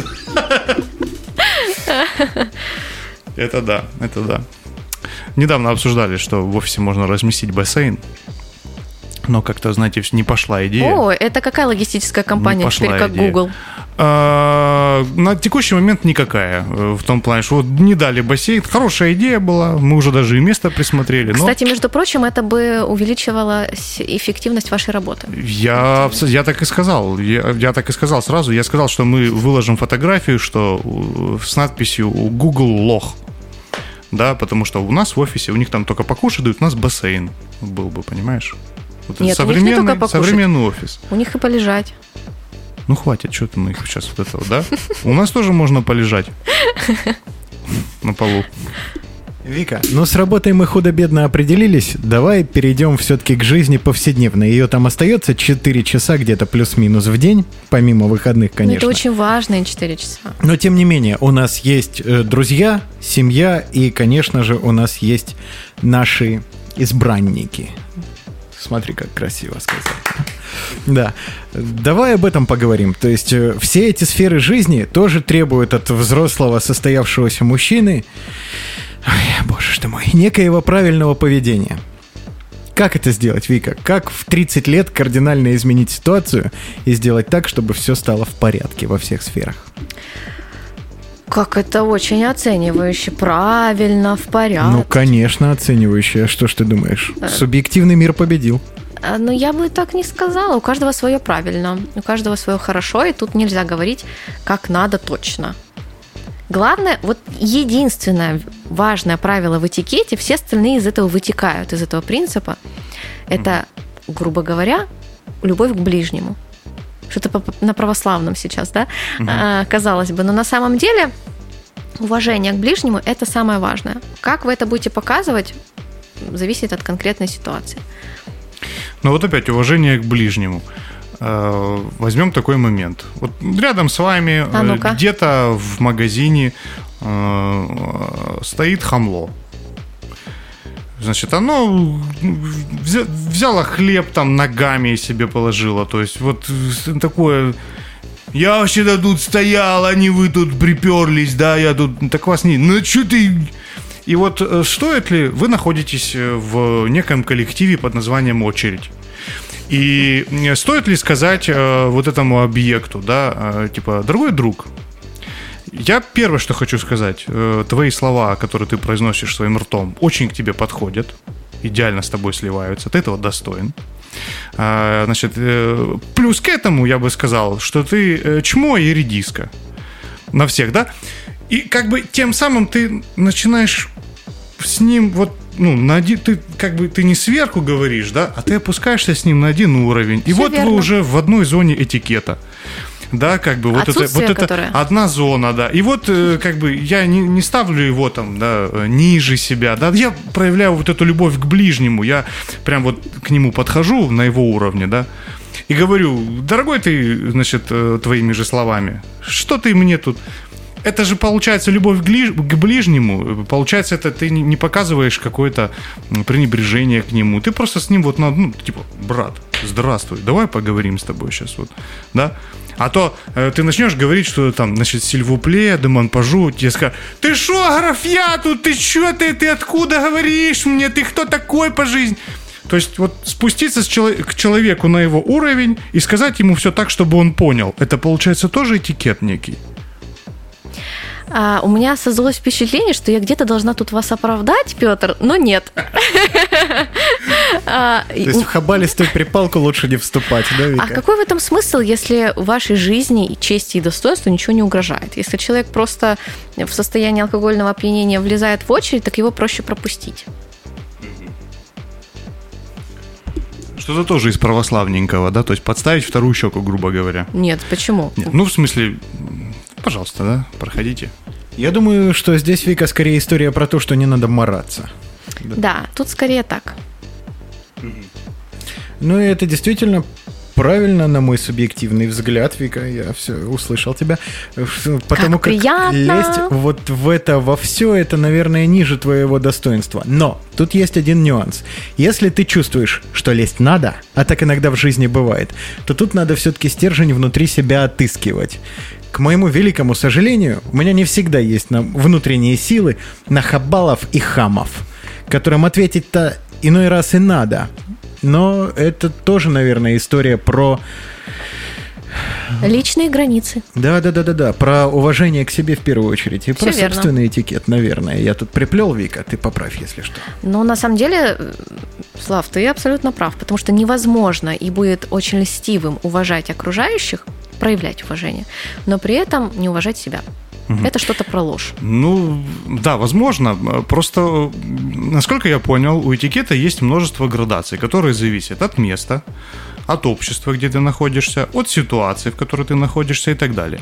[SPEAKER 3] Это да, это да. Недавно обсуждали, что в офисе можно разместить бассейн. Но как-то, знаете, не пошла идея.
[SPEAKER 4] О, это какая логистическая компания
[SPEAKER 3] Не пошла
[SPEAKER 4] теперь, как
[SPEAKER 3] идея.
[SPEAKER 4] Google?
[SPEAKER 3] А, на текущий момент никакая. В том плане, что вот не дали бассейн. Хорошая идея была. Мы уже даже и место присмотрели. Но...
[SPEAKER 4] Кстати, между прочим, это бы увеличивало эффективность вашей работы.
[SPEAKER 3] Я, я так и сказал. Я, я так и сказал сразу. Я сказал, что мы выложим фотографию, что с надписью Google лох. Да, потому что у нас в офисе, у них там только покушать дают, у нас бассейн был бы, понимаешь? Вот
[SPEAKER 4] Нет,
[SPEAKER 3] современный,
[SPEAKER 4] у них не только покушать.
[SPEAKER 3] Современный офис.
[SPEAKER 4] У них и полежать.
[SPEAKER 3] Ну, хватит, что ты мы их сейчас вот этого, да? У нас тоже можно полежать на полу.
[SPEAKER 2] Вика, ну с работой мы худо-бедно определились. Давай перейдем все-таки к жизни повседневной. Ее там остается четыре часа где-то плюс-минус в день, помимо выходных, конечно.
[SPEAKER 4] Но это очень важные четыре часа.
[SPEAKER 2] Но тем не менее, у нас есть э, друзья, семья и, конечно же, у нас есть наши избранники. Смотри, как красиво сказать. Да. Давай об этом поговорим. То есть э, все эти сферы жизни тоже требуют от взрослого состоявшегося мужчины, ой, боже ж ты мой, некоего правильного поведения. Как это сделать, Вика? Как в тридцать лет кардинально изменить ситуацию и сделать так, чтобы все стало в порядке во всех сферах?
[SPEAKER 4] Как это очень оценивающе. Правильно, в порядке.
[SPEAKER 2] Ну, конечно, оценивающе. Что ж ты думаешь? Субъективный мир победил.
[SPEAKER 4] Ну, я бы так не сказала. У каждого свое правильно. У каждого свое хорошо. И тут нельзя говорить, как надо точно. Главное, вот единственное важное правило в этикете, все остальные из этого вытекают, из этого принципа, это, грубо говоря, любовь к ближнему. Что-то на православном сейчас, да, uh-huh. казалось бы. Но на самом деле уважение к ближнему – это самое важное. Как вы это будете показывать, зависит от конкретной ситуации.
[SPEAKER 3] Ну вот опять уважение к ближнему. Возьмем такой момент. Вот рядом с вами
[SPEAKER 4] а ну-ка.
[SPEAKER 3] где-то в магазине стоит хамло. Значит, оно взяло хлеб там ногами себе положило. То есть вот такое... Я вообще-то тут стоял, а не вы тут приперлись, да, я тут... Так вас не... Ну что ты... И вот стоит ли... Вы находитесь в неком коллективе под названием «Очередь». И стоит ли сказать вот этому объекту, да, типа, дорогой друг, я первое, что хочу сказать, твои слова, которые ты произносишь своим ртом, очень к тебе подходят, идеально с тобой сливаются, ты этого достоин. Значит, плюс к этому я бы сказал, что ты чмо и редиска на всех, да, и как бы тем самым ты начинаешь с ним вот, ну, на один, ты как бы ты не сверху говоришь, да, а ты опускаешься с ним на один уровень, и
[SPEAKER 4] все
[SPEAKER 3] вот
[SPEAKER 4] верно.
[SPEAKER 3] Вы уже в одной зоне этикета. Да, как бы вот это, вот это
[SPEAKER 4] которое...
[SPEAKER 3] одна зона, да. И вот как бы я не, не ставлю его там, да, ниже себя, да. Я проявляю вот эту любовь к ближнему. Я прям вот к нему подхожу на его уровне, да. И говорю, дорогой ты, значит, твоими же словами, что ты мне тут... Это же, получается, любовь к ближнему. Получается, это ты не показываешь какое-то пренебрежение к нему. Ты просто с ним вот, ну, типа, брат, здравствуй, давай поговорим с тобой сейчас, вот, да. А то э, ты начнешь говорить, что там, значит, сильвупле, демонпажу, тебе скажут, ты шо, графья тут, ты чё, ты, ты откуда говоришь мне, ты кто такой по жизни? То есть вот спуститься с чело- к человеку на его уровень и сказать ему все так, чтобы он понял. Это, получается, тоже этикет некий.
[SPEAKER 4] А, у меня создалось впечатление, что я где-то должна тут вас оправдать, Петр, но нет.
[SPEAKER 2] То есть в хабалистую припалку лучше не вступать, да, Вика?
[SPEAKER 4] А какой в этом смысл, если в вашей жизни, чести и достоинству ничего не угрожает? Если человек просто в состоянии алкогольного опьянения влезает в очередь, так его проще пропустить.
[SPEAKER 3] Что-то тоже из православненького, да? То есть подставить вторую щеку, грубо говоря.
[SPEAKER 4] Нет, почему?
[SPEAKER 3] Нет, ну, в смысле... Пожалуйста, да, проходите.
[SPEAKER 2] Я думаю, что здесь, Вика, скорее история про то, что не надо мараться.
[SPEAKER 4] Да, да, тут скорее так.
[SPEAKER 2] Ну, и это действительно правильно, на мой субъективный взгляд, Вика, я все услышал тебя. Потому
[SPEAKER 4] как, как
[SPEAKER 2] лезть вот в это, во все, это, наверное, ниже твоего достоинства. Но тут есть один нюанс. Если ты чувствуешь, что лезть надо, а так иногда в жизни бывает, то тут надо все-таки стержень внутри себя отыскивать. К моему великому сожалению, у меня не всегда есть на внутренние силы на хабалов и хамов, которым ответить-то иной раз и надо. Но это тоже, наверное, история про
[SPEAKER 4] Личные границы.
[SPEAKER 2] Да-да-да-да-да, про уважение к себе в первую очередь. И
[SPEAKER 4] Всё
[SPEAKER 2] про
[SPEAKER 4] верно.
[SPEAKER 2] собственный этикет, наверное. Я тут приплел, Вика, ты поправь, если что.
[SPEAKER 4] Но на самом деле, Слав, ты абсолютно прав, потому что невозможно и будет очень льстивым уважать окружающих, проявлять уважение, но при этом не уважать себя. Угу. Это что-то про ложь.
[SPEAKER 3] Ну, да, возможно. Просто, насколько я понял, у этикета есть множество градаций, которые зависят от места, от общества, где ты находишься, от ситуации, в которой ты находишься и так далее.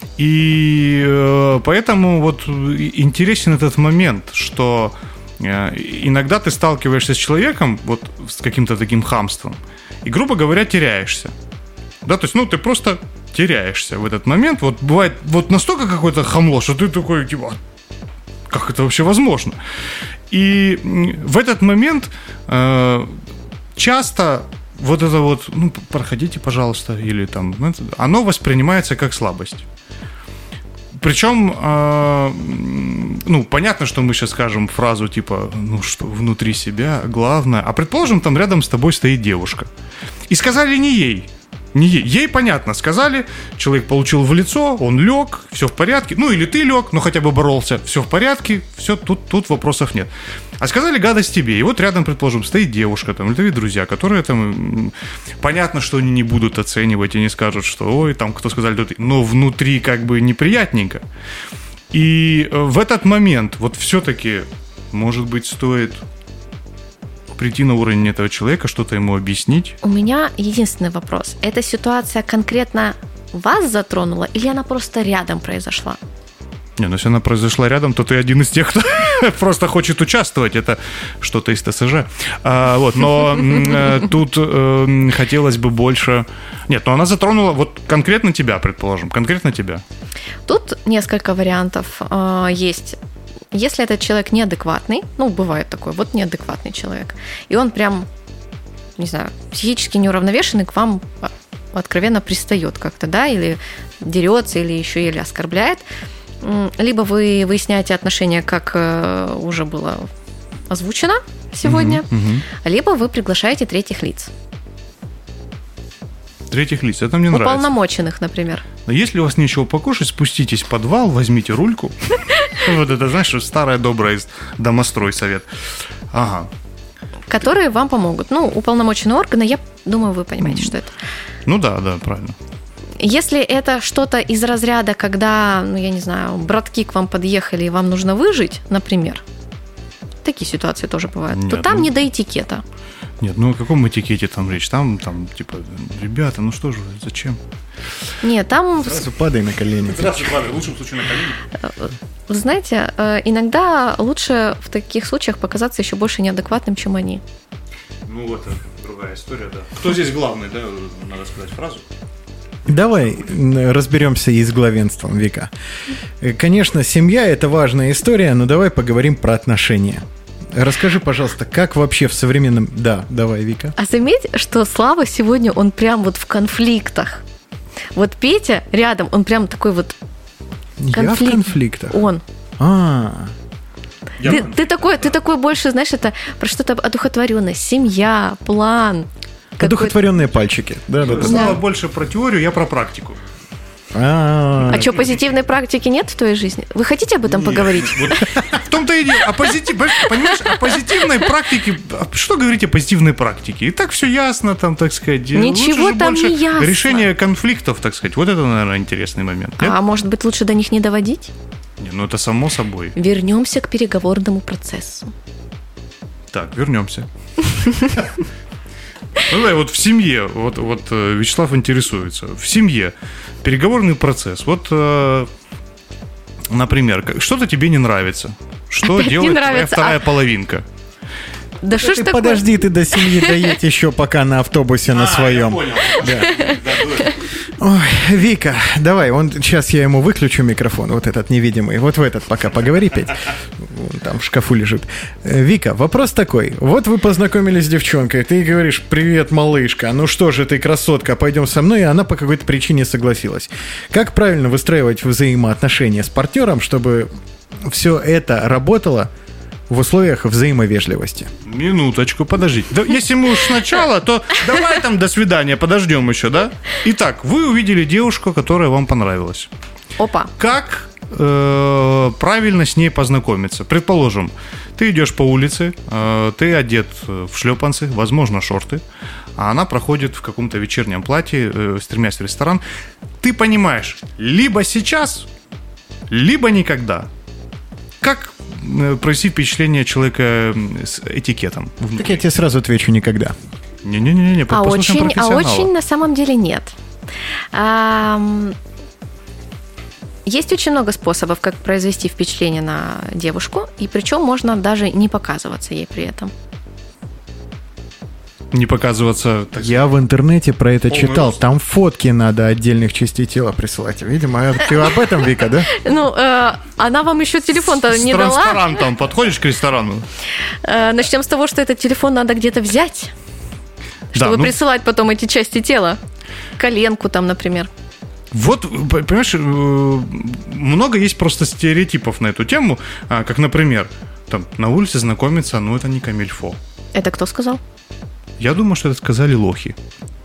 [SPEAKER 3] И э, поэтому вот интересен этот момент, что э, иногда ты сталкиваешься с человеком вот с каким-то таким хамством и, грубо говоря, теряешься. Да, то есть, ну, ты просто теряешься в этот момент. Вот бывает вот настолько какое-то хамло, что ты такой, типа, как это вообще возможно? И в этот момент э, часто вот это вот, ну, проходите, пожалуйста, или там, оно воспринимается как слабость. Причем, э, ну, понятно, что мы сейчас скажем фразу типа, ну, что внутри себя главное, а предположим, там рядом с тобой стоит девушка. И сказали не ей, не ей, ей понятно, сказали, человек получил в лицо, он лег, все в порядке, ну, или ты лег, но хотя бы боролся, все в порядке, все, тут, тут вопросов нет. А сказали гадость тебе, и вот рядом, предположим, стоит девушка, там, или твои друзья, которые там, понятно, что они не будут оценивать и не скажут, что, ой, там, кто сказали, то ты, но внутри как бы неприятненько. И в этот момент вот все-таки, может быть, стоит прийти на уровень этого человека, что-то ему объяснить.
[SPEAKER 4] У меня единственный вопрос. Эта ситуация конкретно вас затронула или она просто рядом произошла?
[SPEAKER 3] Не, ну если она произошла рядом, то ты один из тех, кто просто хочет участвовать. Это что-то из ТСЖ. А, вот, но э, тут э, хотелось бы больше... Нет, но она затронула вот конкретно тебя, предположим. Конкретно тебя.
[SPEAKER 4] Тут несколько вариантов э, есть. Если этот человек неадекватный, ну, бывает такое, вот неадекватный человек, и он прям, не знаю, психически неуравновешенный к вам откровенно пристает как-то, да, или дерется, или еще или оскорбляет, либо вы выясняете отношения, как э, уже было озвучено сегодня,
[SPEAKER 3] угу, угу.
[SPEAKER 4] либо вы приглашаете третьих лиц.
[SPEAKER 3] Третьих лиц, это мне нравится.
[SPEAKER 4] Уполномоченных, например.
[SPEAKER 3] Но если у вас нечего покушать, спуститесь в подвал, возьмите рульку. Вот это, знаешь, старая добрая домострой совет. Ага.
[SPEAKER 4] Которые вам помогут. Ну, уполномоченные органы, я думаю, вы понимаете, что это.
[SPEAKER 3] Ну да, да, правильно.
[SPEAKER 4] Если это что-то из разряда, когда, ну, я не знаю, братки к вам подъехали, и вам нужно выжить, например, такие ситуации тоже бывают,
[SPEAKER 3] Нет,
[SPEAKER 4] то там
[SPEAKER 3] ну...
[SPEAKER 4] не до этикета.
[SPEAKER 3] Нет, ну о каком этикете там речь? Там, там, типа, ребята, ну что же, зачем?
[SPEAKER 4] Нет, там...
[SPEAKER 2] Сразу падай на колени.
[SPEAKER 3] Сразу падай, в лучшем случае на колени.
[SPEAKER 4] Вы знаете, иногда лучше в таких случаях показаться еще больше неадекватным, чем они.
[SPEAKER 3] Ну, это другая история, да. Кто здесь главный, да, надо сказать фразу.
[SPEAKER 2] Давай разберемся и с главенством, Вика. Конечно, семья – это важная история, но давай поговорим про отношения. Расскажи, пожалуйста, как вообще в современном... Да, давай, Вика.
[SPEAKER 4] А заметь, что Слава сегодня, он прям вот в конфликтах. Вот Петя рядом, он прям такой вот...
[SPEAKER 2] Конфликт. Я в конфликтах?
[SPEAKER 4] Он.
[SPEAKER 2] А,
[SPEAKER 4] ты, ты, такой, ты такой больше, знаешь, это про что-то одухотворенное. Семья, план.
[SPEAKER 2] Одухотворенные пальчики. Да, да, да.
[SPEAKER 3] Слава больше про теорию, я про практику.
[SPEAKER 2] А,
[SPEAKER 4] а что, позитивной практики нет в твоей жизни? Вы хотите об этом нет. поговорить?
[SPEAKER 3] Вот в том-то и дело. А позитив, понимаешь, о позитивной практике... Что говорить о позитивной практике? И так все ясно, там, так сказать.
[SPEAKER 4] Ничего там не ясно.
[SPEAKER 3] Решение конфликтов, так сказать. Вот это, наверное, интересный момент. Нет?
[SPEAKER 4] А может быть, лучше до них не доводить?
[SPEAKER 3] Не, ну это само собой.
[SPEAKER 4] Вернемся к переговорному процессу.
[SPEAKER 3] Так, вернемся. Ну да, вот в семье, вот, вот Вячеслав интересуется, в семье переговорный процесс. Вот, э, например, что-то тебе не нравится, что
[SPEAKER 4] Опять
[SPEAKER 3] делает
[SPEAKER 4] нравится,
[SPEAKER 3] твоя вторая
[SPEAKER 4] а...
[SPEAKER 3] половинка?
[SPEAKER 4] Да что ж
[SPEAKER 2] ты
[SPEAKER 4] такое?
[SPEAKER 2] Подожди, ты до семьи доедь еще пока на автобусе на своем. Ой, Вика, давай, он, сейчас я ему выключу микрофон, вот этот невидимый, вот в этот пока поговори, Петь, он там в шкафу лежит. Вика, вопрос такой, вот вы познакомились с девчонкой, ты говоришь, привет, малышка, ну что же ты, красотка, пойдем со мной, и она по какой-то причине согласилась. Как правильно выстраивать взаимоотношения с партнером, чтобы все это работало в условиях взаимовежливости.
[SPEAKER 3] Минуточку, подождите. Да, если мы уж сначала, то давай там до свидания, подождем еще, да? Итак, вы увидели девушку, которая вам понравилась.
[SPEAKER 4] Опа.
[SPEAKER 3] Как э, правильно с ней познакомиться? Предположим, ты идешь по улице, э, ты одет в шлепанцы, возможно, шорты, а она проходит в каком-то вечернем платье, э, стремясь в ресторан. Ты понимаешь, либо сейчас, либо никогда. Как э, произвести впечатление человека с этикетом?
[SPEAKER 2] Так я тебе сразу отвечу: никогда.
[SPEAKER 3] Не-не-не,
[SPEAKER 4] а
[SPEAKER 3] послушаем
[SPEAKER 4] очень, а
[SPEAKER 3] профессионала.
[SPEAKER 4] очень на самом деле нет. А, есть очень много способов, как произвести впечатление на девушку, и причем можно даже не показываться ей при этом.
[SPEAKER 3] Не показываться... Так...
[SPEAKER 2] Я в интернете про это
[SPEAKER 3] Полный
[SPEAKER 2] читал.
[SPEAKER 3] рост.
[SPEAKER 2] Там фотки надо отдельных частей тела присылать. Видимо, ты об этом, Вика, да?
[SPEAKER 4] Ну, э, она вам еще телефон-то
[SPEAKER 3] С
[SPEAKER 4] не дала.
[SPEAKER 3] транспарантом подходишь к ресторану?
[SPEAKER 4] Э, начнем с того, что этот телефон надо где-то взять,
[SPEAKER 3] Да,
[SPEAKER 4] чтобы
[SPEAKER 3] ну-
[SPEAKER 4] присылать потом эти части тела. Коленку там, например.
[SPEAKER 3] Вот, понимаешь, э, много есть просто стереотипов на эту тему, а, как, например, там, на улице знакомиться, ну, это не камильфо.
[SPEAKER 4] Это кто сказал?
[SPEAKER 3] Я думаю, что это сказали лохи.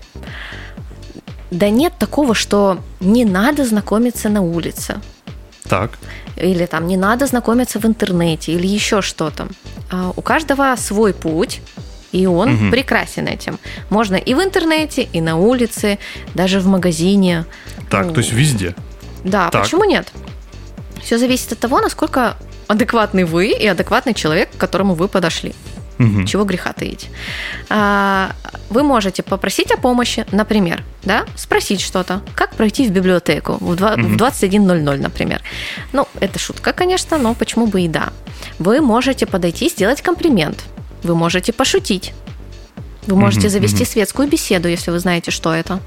[SPEAKER 4] Да нет такого, что не надо знакомиться на улице.
[SPEAKER 3] Так.
[SPEAKER 4] Или там не надо знакомиться в интернете, или еще что-то. А у каждого свой путь, и он
[SPEAKER 3] Мгм.
[SPEAKER 4] прекрасен этим. Можно и в интернете, и на улице, даже в магазине.
[SPEAKER 3] Так,
[SPEAKER 4] Ну,
[SPEAKER 3] то есть везде.
[SPEAKER 4] Да,
[SPEAKER 3] Так.
[SPEAKER 4] почему нет? Все зависит от того, насколько адекватный вы и адекватный человек, к которому вы подошли.
[SPEAKER 3] Мгм.
[SPEAKER 4] Чего греха таить. А, Вы можете попросить о помощи, например, да, спросить что-то, как пройти в библиотеку в два- в двадцать один ноль ноль, например. Ну, это шутка, конечно, но почему бы и да. Вы можете подойти, сделать комплимент. Вы можете пошутить. Вы можете
[SPEAKER 3] Мгм,
[SPEAKER 4] завести
[SPEAKER 3] мгм.
[SPEAKER 4] светскую беседу, если вы знаете, что это.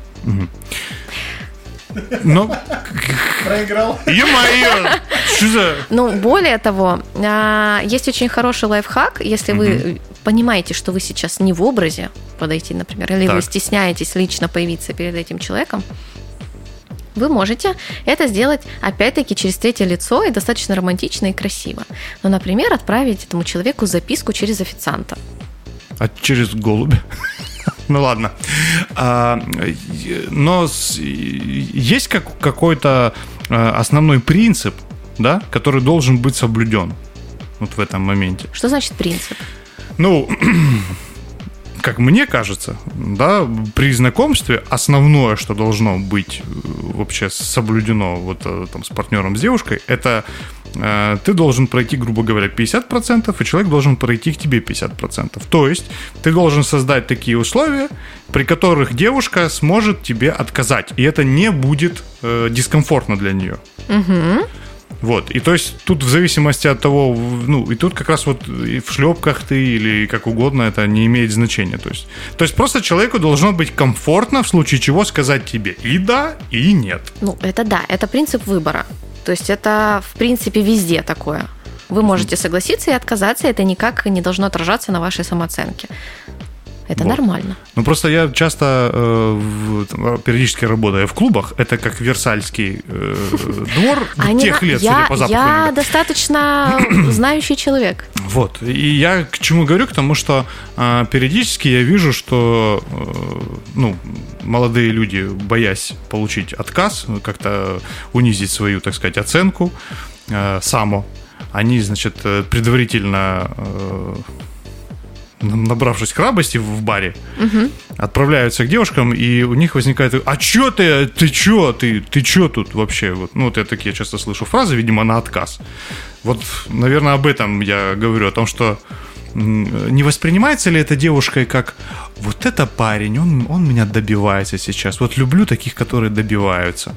[SPEAKER 3] Ну,
[SPEAKER 2] Проиграл.
[SPEAKER 3] е-мое, что за...
[SPEAKER 4] Ну, более того, а, есть очень хороший лайфхак, если вы понимаете, что вы сейчас не в образе подойти, например, или
[SPEAKER 3] Так.
[SPEAKER 4] вы стесняетесь лично появиться перед этим человеком, вы можете это сделать, опять-таки, через третье лицо и достаточно романтично и красиво. Ну, например, отправить этому человеку записку через официанта.
[SPEAKER 3] А через голубя? Ну ладно. А, но с- есть как, какой-то а, основной принцип, да, который должен быть соблюден вот в этом моменте.
[SPEAKER 4] Что значит принцип?
[SPEAKER 3] Ну, как мне кажется, да, при знакомстве основное, что должно быть э, вообще соблюдено вот э, там с партнером, с девушкой, это э, ты должен пройти, грубо говоря, пятьдесят процентов, и человек должен пройти к тебе пятьдесят процентов. То есть ты должен создать такие условия, при которых девушка сможет тебе отказать, и это не будет э, дискомфортно для нее.
[SPEAKER 4] Угу.
[SPEAKER 3] Вот, и то есть тут в зависимости от того, ну, и тут как раз вот и в шлепках ты или как угодно, это не имеет значения. То есть, то есть просто человеку должно быть комфортно в случае чего сказать тебе и да, и нет.
[SPEAKER 4] Ну, это да, это принцип выбора. То есть это, в принципе, везде такое. Вы можете согласиться и отказаться, это никак не должно отражаться на вашей самооценке. Это
[SPEAKER 3] Вот.
[SPEAKER 4] нормально.
[SPEAKER 3] Ну, просто я часто э, в- там, периодически работаю в клубах, это как Версальский э, двор
[SPEAKER 4] А не
[SPEAKER 3] тех
[SPEAKER 4] на-
[SPEAKER 3] лет,
[SPEAKER 4] я,
[SPEAKER 3] судя по запаху.
[SPEAKER 4] я
[SPEAKER 3] немного.
[SPEAKER 4] достаточно знающий человек.
[SPEAKER 3] Вот. И я к чему говорю? К тому, что э, периодически я вижу, что э, ну, молодые люди, боясь получить отказ, как-то унизить свою, так сказать, оценку, э, само, они, значит, э, предварительно, э, набравшись храбрости в баре, отправляются к девушкам, и у них возникает: а чё ты, ты чё, ты, ты чё тут вообще? Вот, ну, вот я такие часто слышу фразы, видимо, на отказ. Вот, наверное, об этом я говорю, о том, что м, не воспринимается ли эта девушкой как: вот это парень, он, он меня добивается сейчас. Вот люблю таких, которые добиваются.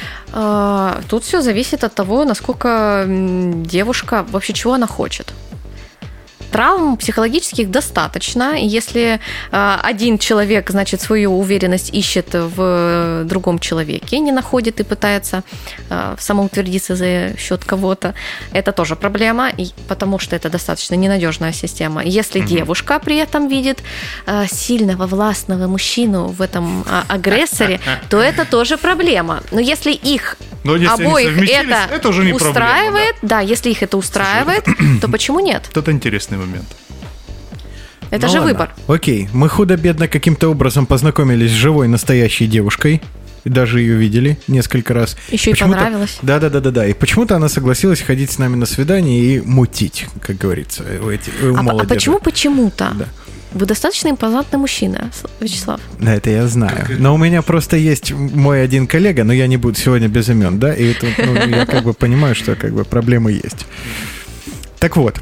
[SPEAKER 4] А, Тут все зависит от того, насколько м, девушка, вообще чего она хочет. Травм психологических достаточно. И если э, один человек, значит, свою уверенность ищет в другом человеке, не находит и пытается э, самоутвердиться за счет кого-то, это тоже проблема, и, потому что это достаточно ненадежная система. Если
[SPEAKER 3] Мгм.
[SPEAKER 4] девушка при этом видит э, сильного, властного мужчину в этом э, агрессоре, то это тоже проблема. Но если их
[SPEAKER 3] Но если они
[SPEAKER 4] обоих
[SPEAKER 3] совместились,
[SPEAKER 4] это,
[SPEAKER 3] это уже не
[SPEAKER 4] устраивает,
[SPEAKER 3] проблема,
[SPEAKER 4] да. да, если их это устраивает, то почему нет?
[SPEAKER 3] Вот это интересный момент.
[SPEAKER 4] Это
[SPEAKER 2] Ну
[SPEAKER 4] же
[SPEAKER 2] ладно.
[SPEAKER 4] выбор.
[SPEAKER 2] Окей, мы худо-бедно каким-то образом познакомились с живой настоящей девушкой. И даже ее видели несколько раз.
[SPEAKER 4] Еще и
[SPEAKER 2] Почему-то-
[SPEAKER 4] понравилось.
[SPEAKER 2] Да-да-да-да-да. И почему-то она согласилась ходить с нами на свидание и мутить, как говорится, у, эти, у
[SPEAKER 4] А, а
[SPEAKER 2] молодежи.
[SPEAKER 4] почему почему-то?
[SPEAKER 2] Да.
[SPEAKER 4] Вы достаточно импозантный мужчина, Вячеслав.
[SPEAKER 2] Да, это я знаю. Но у меня просто есть мой один коллега, но я не буду сегодня без имен, да, и это, ну, я как бы понимаю, что как бы проблемы есть. Так вот.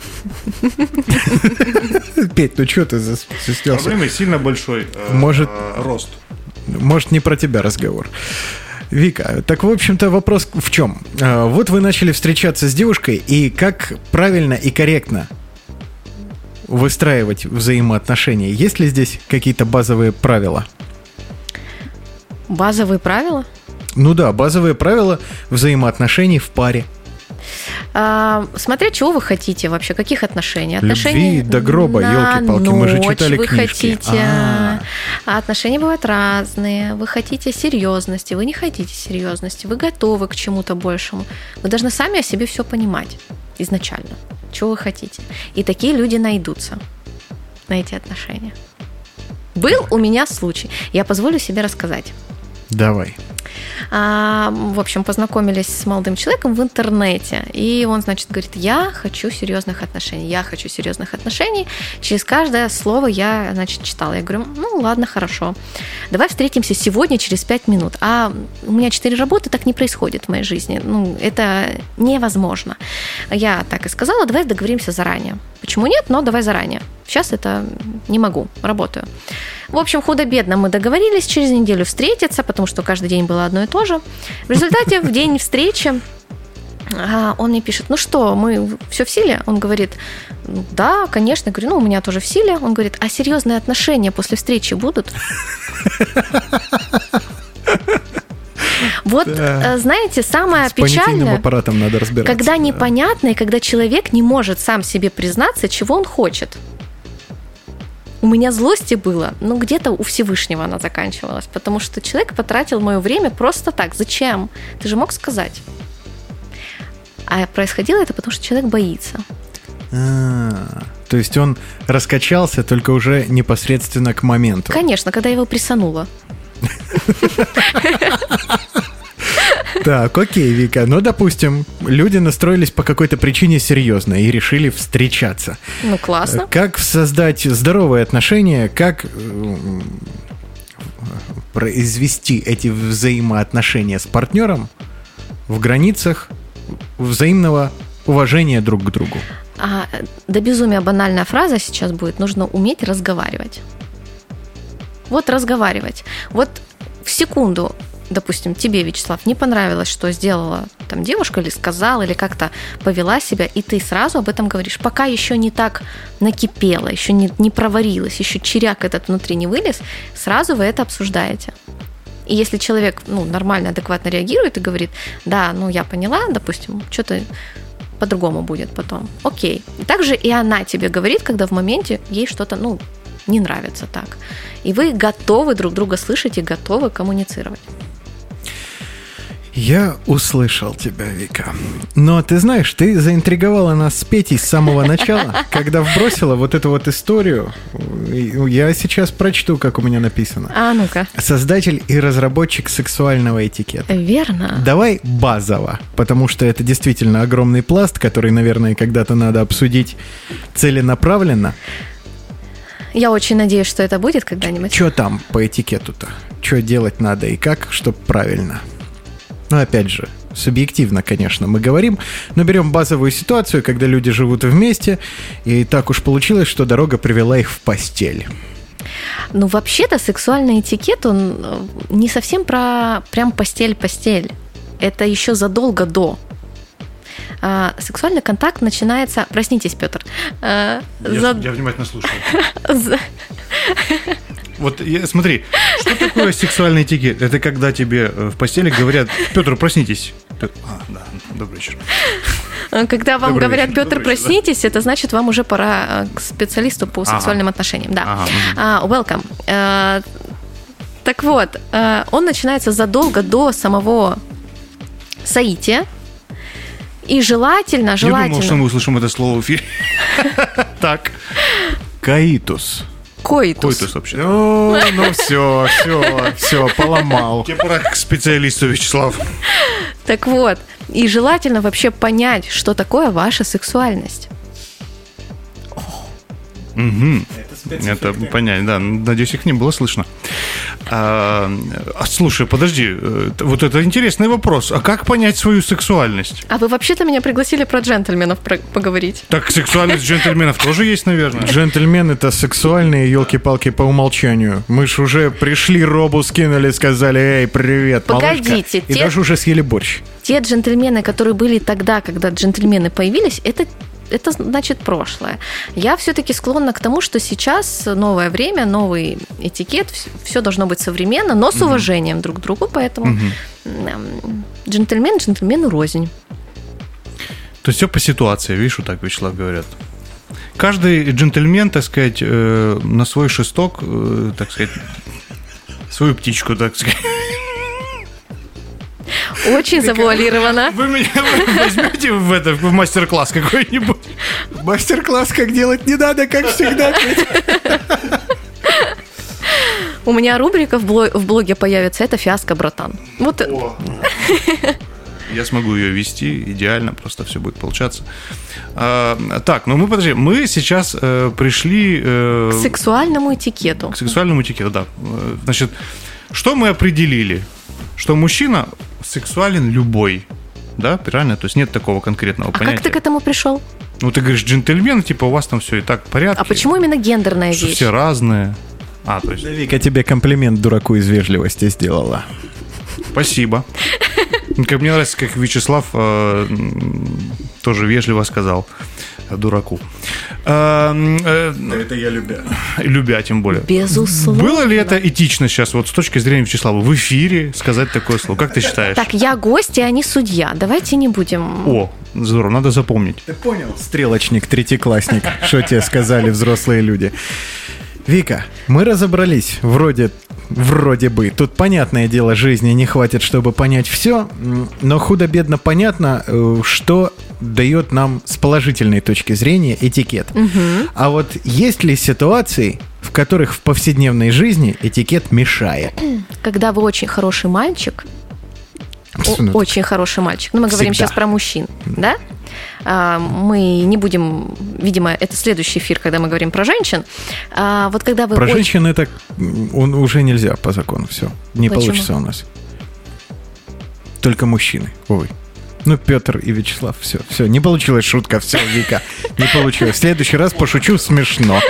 [SPEAKER 2] Петь, ну что ты застеснялся?
[SPEAKER 3] Проблема сильно большой э,
[SPEAKER 2] Может-
[SPEAKER 3] э, рост.
[SPEAKER 2] Может, не про тебя разговор. Вика, так, в общем-то, вопрос в чем? А, Вот вы начали встречаться с девушкой, и как правильно и корректно выстраивать взаимоотношения? Есть ли здесь какие-то базовые правила?
[SPEAKER 4] Базовые правила?
[SPEAKER 2] Ну да, базовые правила взаимоотношений в паре.
[SPEAKER 4] А, смотря чего вы хотите вообще, каких отношений? Отношений
[SPEAKER 2] Любви до гроба,
[SPEAKER 4] на
[SPEAKER 2] ёлки-палки, мы же
[SPEAKER 4] ночь
[SPEAKER 2] читали
[SPEAKER 4] вы
[SPEAKER 2] книжки.
[SPEAKER 4] хотите.
[SPEAKER 2] А.
[SPEAKER 4] А отношения бывают разные. Вы хотите серьезности, вы не хотите серьезности, вы готовы к чему-то большему. Вы должны сами о себе все понимать изначально, чего вы хотите. И такие люди найдутся на эти отношения. Был у меня случай. Я позволю себе рассказать.
[SPEAKER 2] Давай.
[SPEAKER 4] А, в общем, познакомились с молодым человеком в интернете. И он, значит, говорит, я хочу серьезных отношений, я хочу серьезных отношений. Через каждое слово я, значит, читала. Я говорю, ну ладно, хорошо. Давай встретимся сегодня через пять минут. А у меня четыре работы, так не происходит в моей жизни. Ну, это невозможно. Я так и сказала, давай договоримся заранее. Почему нет? Но давай заранее. Сейчас это не могу, работаю. В общем, худо-бедно мы договорились через неделю встретиться, потому что каждый день было одно и то же. В результате в день встречи а, он мне пишет, ну что, мы все в силе? Он говорит, да, конечно. Я говорю, ну у меня тоже в силе. Он говорит, а серьезные отношения после встречи будут? Вот,
[SPEAKER 2] Да.
[SPEAKER 4] знаете, самое
[SPEAKER 2] С понятийным
[SPEAKER 4] печальное,
[SPEAKER 2] аппаратом надо разбираться.
[SPEAKER 4] когда
[SPEAKER 2] да.
[SPEAKER 4] непонятно, и когда человек не может сам себе признаться, чего он хочет. У меня злости было, ну, где-то у Всевышнего она заканчивалась, потому что человек потратил мое время просто так. Зачем? Ты же мог сказать. А происходило это потому, что человек боится.
[SPEAKER 2] А, То есть он раскачался только уже непосредственно к моменту.
[SPEAKER 4] Конечно, когда я его присанула.
[SPEAKER 2] Так, окей, Вика. Ну, допустим, люди настроились по какой-то причине серьезно и решили встречаться.
[SPEAKER 4] Ну, классно.
[SPEAKER 2] Как создать здоровые отношения, как м, произвести эти взаимоотношения с партнером в границах взаимного уважения друг к другу?
[SPEAKER 4] А, до безумия банальная фраза сейчас будет. Нужно уметь разговаривать. Вот разговаривать. Вот в секунду, допустим, тебе, Вячеслав, не понравилось, что сделала там девушка или сказала, или как-то повела себя, и ты сразу об этом говоришь. Пока еще не так накипело, еще не, не проварилось, еще чиряк этот внутри не вылез, сразу вы это обсуждаете. И если человек ну, нормально, адекватно реагирует и говорит, да, ну я поняла, допустим, что-то по-другому будет потом. Окей. И также и она тебе говорит, когда в моменте ей что-то, ну, не нравится так. И вы готовы друг друга слышать и готовы коммуницировать.
[SPEAKER 2] Я услышал тебя, Вика. Но ты знаешь, ты заинтриговала нас с Петей с самого начала, когда вбросила вот эту вот историю. Я сейчас прочту, как у меня написано.
[SPEAKER 4] А ну-ка.
[SPEAKER 2] Создатель и разработчик сексуального этикета.
[SPEAKER 4] Верно.
[SPEAKER 2] Давай базово, потому что это действительно огромный пласт, который, наверное, когда-то надо обсудить целенаправленно.
[SPEAKER 4] Я очень надеюсь, что это будет когда-нибудь.
[SPEAKER 2] Что там по этикету-то? Что делать надо и как, чтобы правильно? Но опять же, субъективно, конечно, мы говорим, но берем базовую ситуацию, когда люди живут вместе, и так уж получилось, что дорога привела их в постель.
[SPEAKER 4] Ну, вообще-то сексуальный этикет, он не совсем про прям постель-постель. Это еще задолго до. А, сексуальный контакт начинается... Проснитесь, Петр. А,
[SPEAKER 3] Я,
[SPEAKER 4] за-
[SPEAKER 3] я внимательно слушаю.
[SPEAKER 4] за-
[SPEAKER 3] Вот я- смотри, что такое сексуальный этикет? Это когда тебе э, в постели говорят, Петр, проснитесь. Ты- А, да, добрый вечер.
[SPEAKER 4] Когда вам
[SPEAKER 3] Добрый
[SPEAKER 4] говорят,
[SPEAKER 3] вечер,
[SPEAKER 4] Петр,
[SPEAKER 3] добрый вечер,
[SPEAKER 4] проснитесь, это значит, вам уже пора а, к специалисту по
[SPEAKER 3] Ага.
[SPEAKER 4] сексуальным отношениям. Да.
[SPEAKER 3] Ага, мгм.
[SPEAKER 4] А, welcome. А, так вот, а, он начинается задолго до самого соитие. И желательно,
[SPEAKER 3] Я
[SPEAKER 4] желательно...
[SPEAKER 3] думал, что мы услышим это слово в эфире. Так.
[SPEAKER 2] Каитус.
[SPEAKER 4] Коитус.
[SPEAKER 3] Койтус вообще.
[SPEAKER 2] Ну, ну все, все, все, поломал.
[SPEAKER 3] Тебе пора к специалисту, Вячеслав.
[SPEAKER 4] Так вот, и желательно вообще понять, что такое ваша сексуальность.
[SPEAKER 3] Угу. Это понять, да. Надеюсь, их не было слышно. А, а, слушай, подожди, вот это интересный вопрос. А как понять свою сексуальность?
[SPEAKER 4] А вы вообще-то меня пригласили про джентльменов про- поговорить.
[SPEAKER 3] Так сексуальность джентльменов тоже есть, наверное.
[SPEAKER 2] Джентльмен — это сексуальные, елки-палки, по умолчанию. Мы ж уже пришли, робу скинули, сказали: эй, привет, малышка.
[SPEAKER 4] Погодите,
[SPEAKER 2] И
[SPEAKER 4] те-
[SPEAKER 2] даже уже съели борщ.
[SPEAKER 4] Те джентльмены, которые были тогда, когда джентльмены появились, это это значит прошлое. Я все-таки склонна к тому, что сейчас новое время, новый этикет, все должно быть современно, но с уважением друг к другу, поэтому эм, джентльмен джентльмену рознь.
[SPEAKER 3] То есть все по ситуации, видишь, вот так, Вячеслав, говорят. Каждый джентльмен, так сказать, э, на свой шесток, э, так сказать, свою птичку, так сказать.
[SPEAKER 4] Очень завуалировано.
[SPEAKER 3] Вы меня возьмете в, это, в мастер-класс какой-нибудь?
[SPEAKER 2] Мастер-класс «Как делать не надо», как всегда.
[SPEAKER 4] У меня рубрика в блоге, в блоге появится «Это фиаско, братан». Вот.
[SPEAKER 3] О. Я смогу ее вести идеально, просто все будет получаться. А, так, ну мы, подожди, мы сейчас э, пришли... Э,
[SPEAKER 4] к сексуальному этикету.
[SPEAKER 3] К сексуальному этикету, да. Значит, что мы определили? Что мужчина сексуален любой, да, правильно? То есть нет такого конкретного
[SPEAKER 4] а
[SPEAKER 3] понятия.
[SPEAKER 4] как ты к этому пришел?
[SPEAKER 3] Ну, ты говоришь, джентльмен, типа, у вас там все и так в порядке.
[SPEAKER 4] А почему именно гендерная
[SPEAKER 3] что
[SPEAKER 4] вещь?
[SPEAKER 3] все разные. А, то есть...
[SPEAKER 2] Да, Вика тебе комплимент дураку из вежливости сделала.
[SPEAKER 3] Спасибо. Как мне нравится, как Вячеслав э, тоже вежливо сказал дураку. Э, э,
[SPEAKER 2] Это я любя.
[SPEAKER 3] Любя, тем более.
[SPEAKER 4] Безусловно.
[SPEAKER 3] Было ли это этично сейчас, вот с точки зрения Вячеслава, в эфире сказать такое слово? Как ты считаешь?
[SPEAKER 4] Так, я гость, а не судья. Давайте не будем...
[SPEAKER 3] О, здорово, надо запомнить.
[SPEAKER 2] Ты понял? Стрелочник, третьеклассник. Что тебе сказали взрослые люди? Вика, мы разобрались, вроде, вроде бы. Тут, понятное дело, жизни не хватит, чтобы понять все, но худо-бедно понятно, что дает нам с положительной точки зрения этикет. Угу. А вот есть ли ситуации, в которых в повседневной жизни этикет мешает?
[SPEAKER 4] Когда вы очень хороший мальчик,
[SPEAKER 2] Абсолютно.
[SPEAKER 4] очень хороший мальчик, ну мы говорим
[SPEAKER 2] Всегда.
[SPEAKER 4] сейчас про мужчин, да? Мы не будем, видимо, это следующий эфир, когда мы говорим про женщин. А вот когда вы
[SPEAKER 2] Про
[SPEAKER 4] очень...
[SPEAKER 2] женщин это он, уже нельзя по закону, все. Не
[SPEAKER 4] Почему?
[SPEAKER 2] получится у нас. Только мужчины, увы. Ну, Петр и Вячеслав, все, все, не получилась шутка, все, Вика, не получилось. В следующий раз пошучу смешно.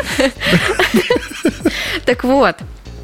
[SPEAKER 4] Так вот,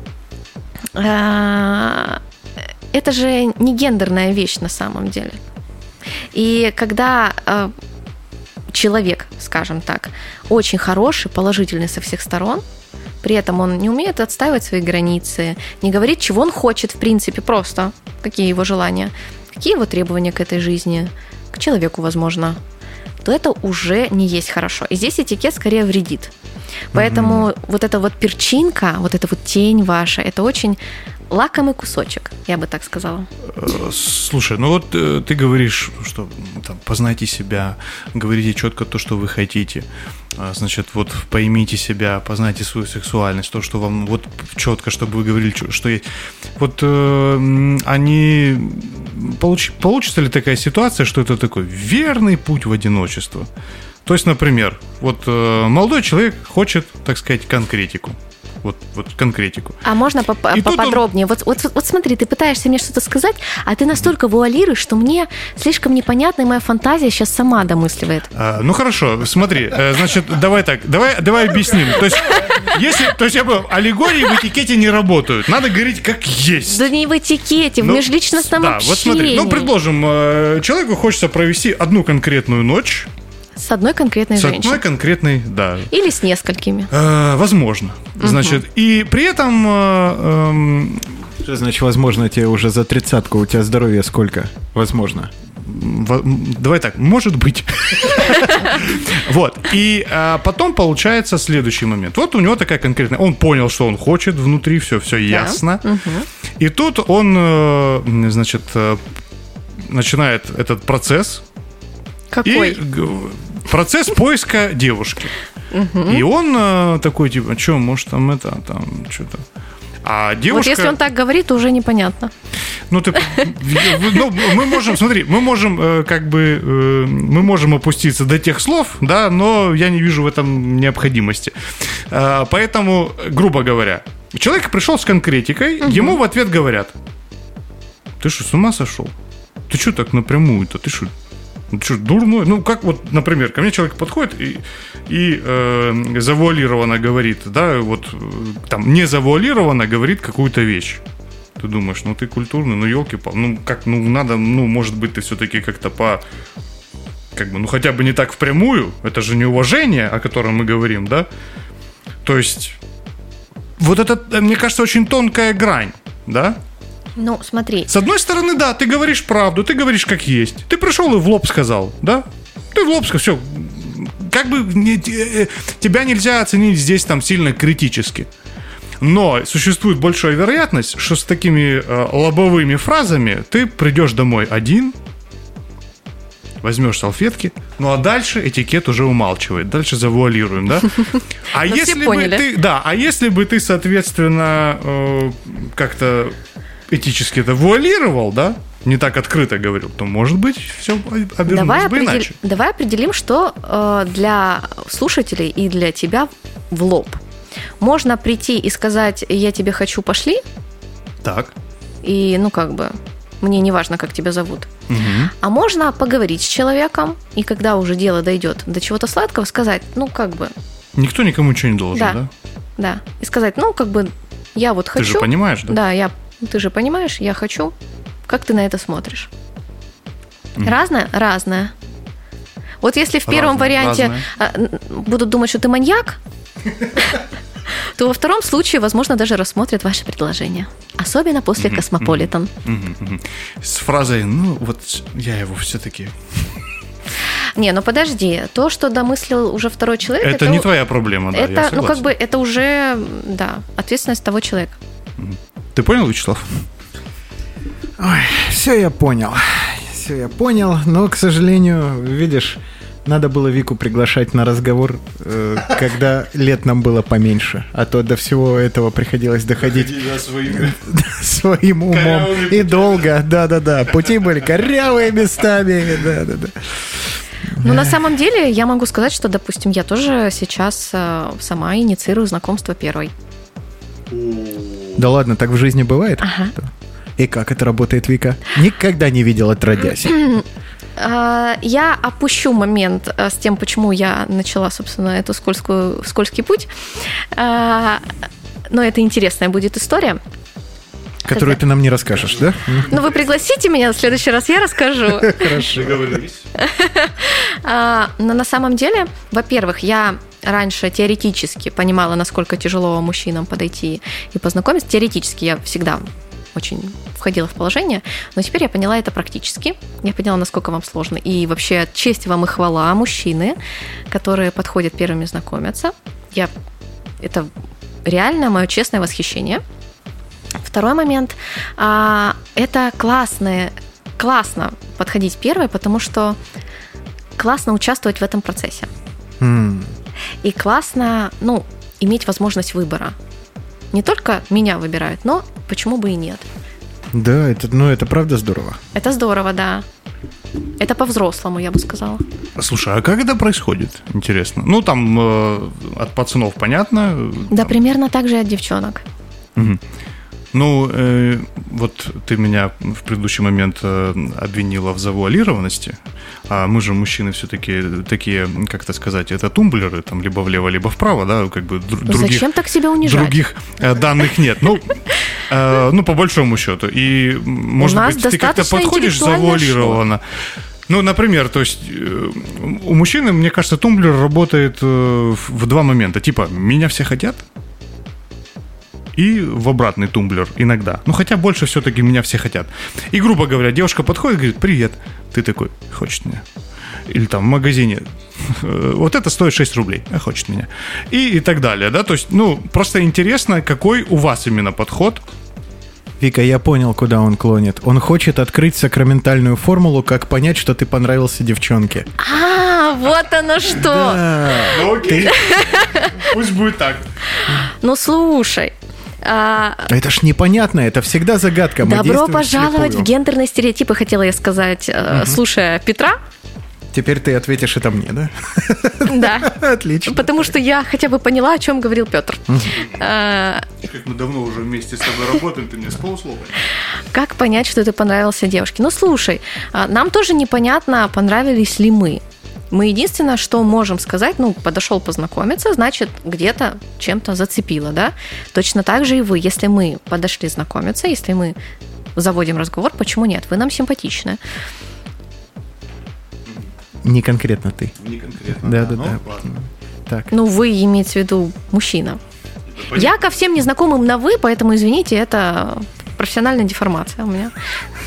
[SPEAKER 4] это же не гендерная вещь на самом деле. И когда человек, скажем так, очень хороший, положительный со всех сторон, при этом он не умеет отстаивать свои границы, не говорит, чего он хочет, в принципе, просто, какие его желания, какие его требования к этой жизни, к человеку, возможно, то это уже не есть хорошо. И здесь этикет скорее вредит. Поэтому mm-hmm. вот эта вот перчинка, вот эта вот тень ваша, это очень лакомый кусочек, я бы так сказала.
[SPEAKER 3] Слушай, ну вот э, ты говоришь, что там, познайте себя, говорите четко то, что вы хотите. Значит, вот поймите себя, познайте свою сексуальность, то, что вам вот четко, чтобы вы говорили, что есть. Вот э, они... Получ, получится ли такая ситуация, что это такой верный путь в одиночество? То есть, например, вот э, молодой человек хочет, так сказать, конкретику. Вот, вот конкретику.
[SPEAKER 4] А можно поп- поподробнее? Он... Вот, вот, вот смотри, ты пытаешься мне что-то сказать, а ты настолько вуалируешь, что мне слишком непонятно, и моя фантазия сейчас сама домысливает.
[SPEAKER 3] А, ну хорошо, смотри, значит, давай так, давай, давай объясним. То есть, если, то есть я бы, аллегории в этикете не работают, надо говорить как есть.
[SPEAKER 4] Да не в этикете, в ну, межличностном
[SPEAKER 3] да,
[SPEAKER 4] общении.
[SPEAKER 3] Вот смотри, ну предположим, человеку хочется провести одну конкретную ночь.
[SPEAKER 4] С одной конкретной
[SPEAKER 3] с
[SPEAKER 4] женщиной.
[SPEAKER 3] С одной конкретной, да.
[SPEAKER 4] Или с несколькими.
[SPEAKER 3] Э, возможно. Угу. Значит, и при этом... Э, э,
[SPEAKER 2] Что значит, возможно, тебе уже за тридцатку, у тебя здоровье сколько? Возможно.
[SPEAKER 3] В, давай так, может быть. Вот. И потом получается следующий момент. Вот у него такая конкретная... Он понял, что он хочет внутри, все, все ясно. И тут он, значит... начинает этот процесс.
[SPEAKER 4] Какой?
[SPEAKER 3] И процесс поиска девушки. И он э, такой, типа, что, может, там это, там, что-то. А девушка...
[SPEAKER 4] Вот если он так говорит, то уже непонятно.
[SPEAKER 3] Ну, ты, ну, мы можем, смотри, мы можем э, как бы, э, мы можем опуститься до тех слов, да, но я не вижу в этом необходимости. Э, поэтому, грубо говоря, человек пришел с конкретикой, угу. ему в ответ говорят: ты что, с ума сошел? Ты что так напрямую-то? Ты что? Ну, что, дурной? Ну, как вот, например, ко мне человек подходит и, и э, завуалированно говорит, да, вот там не завуалированно говорит какую-то вещь. Ты думаешь, ну ты культурный, ну елки-пал, ну как, ну надо, ну может быть ты все-таки как-то по, как бы, ну хотя бы не так впрямую, это же не уважение, о котором мы говорим, да? То есть, вот это, мне кажется, очень тонкая грань, да?
[SPEAKER 4] Ну, смотри.
[SPEAKER 3] С одной стороны, да, ты говоришь правду, ты говоришь как есть. Ты пришел и в лоб сказал, да? Ты в лоб сказал, все. Как бы не, тебя нельзя оценить здесь там сильно критически. Но существует большая вероятность, что с такими э, лобовыми фразами ты придешь домой один, возьмешь салфетки, ну а дальше этикет уже умалчивает. Дальше завуалируем, да? А если бы ты, да, а если бы ты, соответственно, э, как-то этически это вуалировал, да, не так открыто говорил, то, может быть, все обернулось
[SPEAKER 4] давай
[SPEAKER 3] бы
[SPEAKER 4] определ...
[SPEAKER 3] иначе.
[SPEAKER 4] Давай определим, что э, для слушателей и для тебя в лоб. Можно прийти и сказать: я тебе хочу, пошли.
[SPEAKER 3] Так.
[SPEAKER 4] И, ну, как бы, мне не важно, как тебя зовут.
[SPEAKER 3] Угу.
[SPEAKER 4] А можно поговорить с человеком, и когда уже дело дойдет до чего-то сладкого, сказать, ну, как бы...
[SPEAKER 3] Никто никому ничего не должен, да?
[SPEAKER 4] Да, да. И сказать, ну, как бы, я вот хочу...
[SPEAKER 3] Ты же понимаешь, да?
[SPEAKER 4] Да, я... Ты же понимаешь, я хочу. Как ты на это смотришь? Mm. Разное? Разное. Вот если в первом разное, варианте разное. будут думать, что ты маньяк, то во втором случае, возможно, даже рассмотрят ваше предложение. Особенно после Космополитен.
[SPEAKER 3] С фразой, ну, вот я его все-таки...
[SPEAKER 4] Не, ну подожди, то, что домыслил уже второй человек...
[SPEAKER 3] Это, это не твоя проблема, да,
[SPEAKER 4] это,
[SPEAKER 3] я согласен.
[SPEAKER 4] Ну, как бы, это уже, да, ответственность того человека.
[SPEAKER 3] Ты понял, Вячеслав?
[SPEAKER 2] Ой, все я понял. Все я понял, но, к сожалению, видишь, надо было Вику приглашать на разговор, э, когда лет нам было поменьше. А то до всего этого приходилось доходить своим, своим умом. И долго, да-да-да. Пути были корявые местами, да-да-да.
[SPEAKER 4] Ну, на самом деле, я могу сказать, что, допустим, я тоже сейчас э, сама инициирую знакомство первой.
[SPEAKER 2] Да ладно, так в жизни бывает?
[SPEAKER 4] Ага.
[SPEAKER 2] И как это работает, Вика? Никогда не видела, отродясь.
[SPEAKER 4] Я опущу момент с тем, почему я начала, собственно, эту скользкую, скользкий путь. Но это интересная будет история.
[SPEAKER 2] Которую Когда... ты нам не расскажешь, да?
[SPEAKER 4] Ну, вы пригласите меня, в следующий раз я расскажу.
[SPEAKER 2] Хорошо.
[SPEAKER 3] Договорились.
[SPEAKER 4] Но на самом деле, во-первых, я раньше теоретически понимала, насколько тяжело мужчинам подойти и познакомиться. Теоретически я всегда очень входила в положение, но теперь я поняла это практически. Я поняла, насколько вам сложно. И вообще честь вам и хвала, мужчины, которые подходят первыми знакомятся. Я... Это реально мое честное восхищение. Второй момент. Это классное, классно подходить первой, потому что классно участвовать в этом процессе.
[SPEAKER 2] Mm.
[SPEAKER 4] И классно, ну, иметь возможность выбора. Не только меня выбирают, но почему бы и нет.
[SPEAKER 2] Да, это, ну, это правда здорово.
[SPEAKER 4] Это здорово, да. Это по-взрослому, я бы сказала.
[SPEAKER 3] Слушай, а как это происходит? Интересно. Ну, там э, от пацанов понятно.
[SPEAKER 4] Да,
[SPEAKER 3] там...
[SPEAKER 4] примерно так же и от девчонок.
[SPEAKER 3] Угу. Ну, э, вот ты меня в предыдущий момент э, обвинила в завуалированности, а мы же, мужчины, все-таки такие, как это сказать, это тумблеры, там, либо влево, либо вправо, да, как бы др- других,
[SPEAKER 4] зачем так себя унижать?
[SPEAKER 3] Других э, данных нет. Ну, э, ну, по большому счету. И, может быть, ты как-то подходишь завуалированно. Ну, например, то есть у мужчины, мне кажется, тумблер работает в два момента. Типа, меня все хотят, и в обратный тумблер иногда. Ну, хотя больше все-таки меня все хотят. И, грубо говоря, девушка подходит и говорит: привет. Ты такой: хочет меня. Или там в магазине: вот это стоит шесть рублей, а хочет меня. И, и так далее, да. То есть, ну, просто интересно, какой у вас именно подход
[SPEAKER 2] Вика, я понял, куда он клонит. Он хочет открыть сакраментальную формулу, как понять, что ты понравился девчонке.
[SPEAKER 4] А, вот оно что.
[SPEAKER 2] Да.
[SPEAKER 3] Ну окей. Пусть будет так.
[SPEAKER 4] Ну, слушай. А...
[SPEAKER 2] Это ж непонятно, это всегда загадка. Мы
[SPEAKER 4] Добро
[SPEAKER 2] действуем
[SPEAKER 4] пожаловать
[SPEAKER 2] вслепую.
[SPEAKER 4] в гендерные стереотипы, хотела я сказать, угу. слушая Петра.
[SPEAKER 2] Теперь ты ответишь это мне, да?
[SPEAKER 4] Да.
[SPEAKER 2] Отлично.
[SPEAKER 4] Потому что я хотя бы поняла, о чем говорил Петр.
[SPEAKER 2] Угу.
[SPEAKER 4] А...
[SPEAKER 3] Как мы давно уже вместе с тобой работаем, ты мне с полуслова.
[SPEAKER 4] Как понять, что ты понравился девушке? Ну, слушай, нам тоже непонятно, понравились ли мы. Мы единственное, что можем сказать, ну, подошел познакомиться, значит, где-то чем-то зацепило, да? Точно так же и вы. Если мы подошли знакомиться, если мы заводим разговор, почему нет? Вы нам симпатичны.
[SPEAKER 2] Не конкретно ты.
[SPEAKER 3] Не конкретно.
[SPEAKER 2] Да,
[SPEAKER 3] да,
[SPEAKER 2] да,
[SPEAKER 3] ну,
[SPEAKER 2] да.
[SPEAKER 3] ладно.
[SPEAKER 2] Так.
[SPEAKER 4] Ну, вы имеете в виду мужчина. Я ко всем незнакомым на «вы», поэтому, извините, это профессиональная деформация у меня.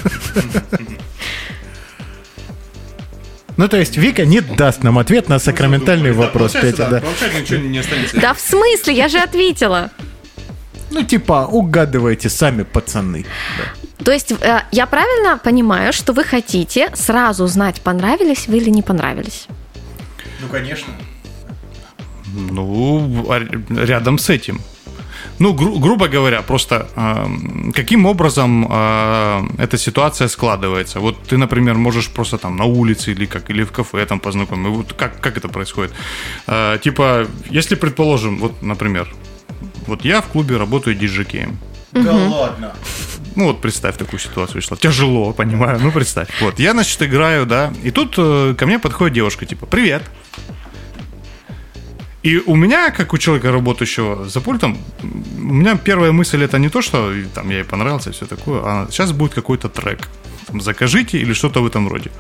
[SPEAKER 2] Ну, то есть Вика не даст нам ответ на сакраментальный вопрос, Петя, да.
[SPEAKER 3] Получается, ничего не останется.
[SPEAKER 4] Да в смысле? Я же ответила.
[SPEAKER 2] Ну, типа, угадывайте сами, пацаны. Да.
[SPEAKER 4] То есть э, я правильно понимаю, что вы хотите сразу знать, понравились вы или не понравились?
[SPEAKER 2] Ну, конечно.
[SPEAKER 3] Ну, рядом с этим. Ну, гру- грубо говоря, просто э, каким образом э, эта ситуация складывается? Вот ты, например, можешь просто там на улице или как, или в кафе там познакомиться. Вот как, как это происходит? Э, типа, если, предположим, вот, например, вот я в клубе работаю диджей-кеем.
[SPEAKER 2] Да ладно.
[SPEAKER 3] Ну вот представь такую ситуацию, Вячеслав. Тяжело, понимаю, ну представь. Вот, я, значит, играю, да, и тут э, ко мне подходит девушка, типа, привет. И у меня, как у человека, работающего за пультом, у меня первая мысль это не то, что там я ей понравился и все такое, а сейчас будет какой-то трек. Там, закажите или что-то в этом роде.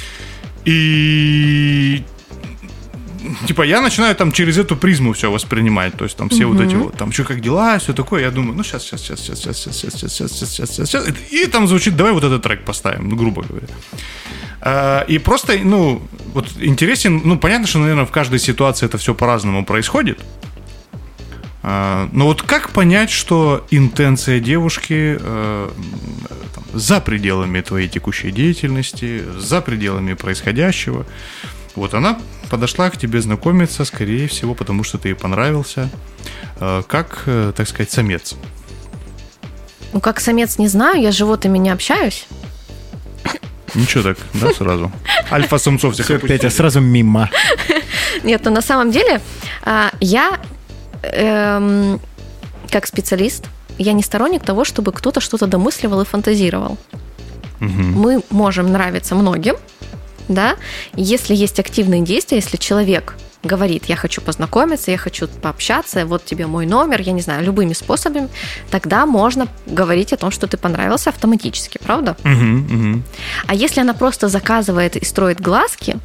[SPEAKER 3] И типа я начинаю там через эту призму все воспринимать, то есть там все mm-hmm. вот эти вот, там что как дела, все такое, я думаю, ну сейчас, сейчас, сейчас, сейчас, сейчас, сейчас, сейчас, сейчас, сейчас, сейчас, сейчас, сейчас, и там звучит, давай вот этот трек поставим, ну грубо говоря. И просто, ну, вот интересен, ну, понятно, что, наверное, в каждой ситуации это все по-разному происходит. Но вот как понять, что интенция девушки э, там, за пределами твоей текущей деятельности, за пределами происходящего? Вот она подошла к тебе знакомиться, скорее всего, потому что ты ей понравился, э, как, э, так сказать, самец.
[SPEAKER 4] Ну, как самец не знаю, я с животными не общаюсь.
[SPEAKER 3] Ничего так, да, сразу? Альфа-самцов всех
[SPEAKER 2] Все,
[SPEAKER 3] опустили.
[SPEAKER 2] Петя, сразу мимо.
[SPEAKER 4] Нет, ну на самом деле я эм, как специалист, я не сторонник того, чтобы кто-то что-то домысливал и фантазировал.
[SPEAKER 3] Угу.
[SPEAKER 4] Мы можем нравиться многим, да, если есть активные действия, если человек говорит, я хочу познакомиться, я хочу пообщаться, вот тебе мой номер, я не знаю, любыми способами, тогда можно говорить о том, что ты понравился автоматически, правда?
[SPEAKER 3] Угу, угу.
[SPEAKER 4] А если она просто заказывает и строит глазки,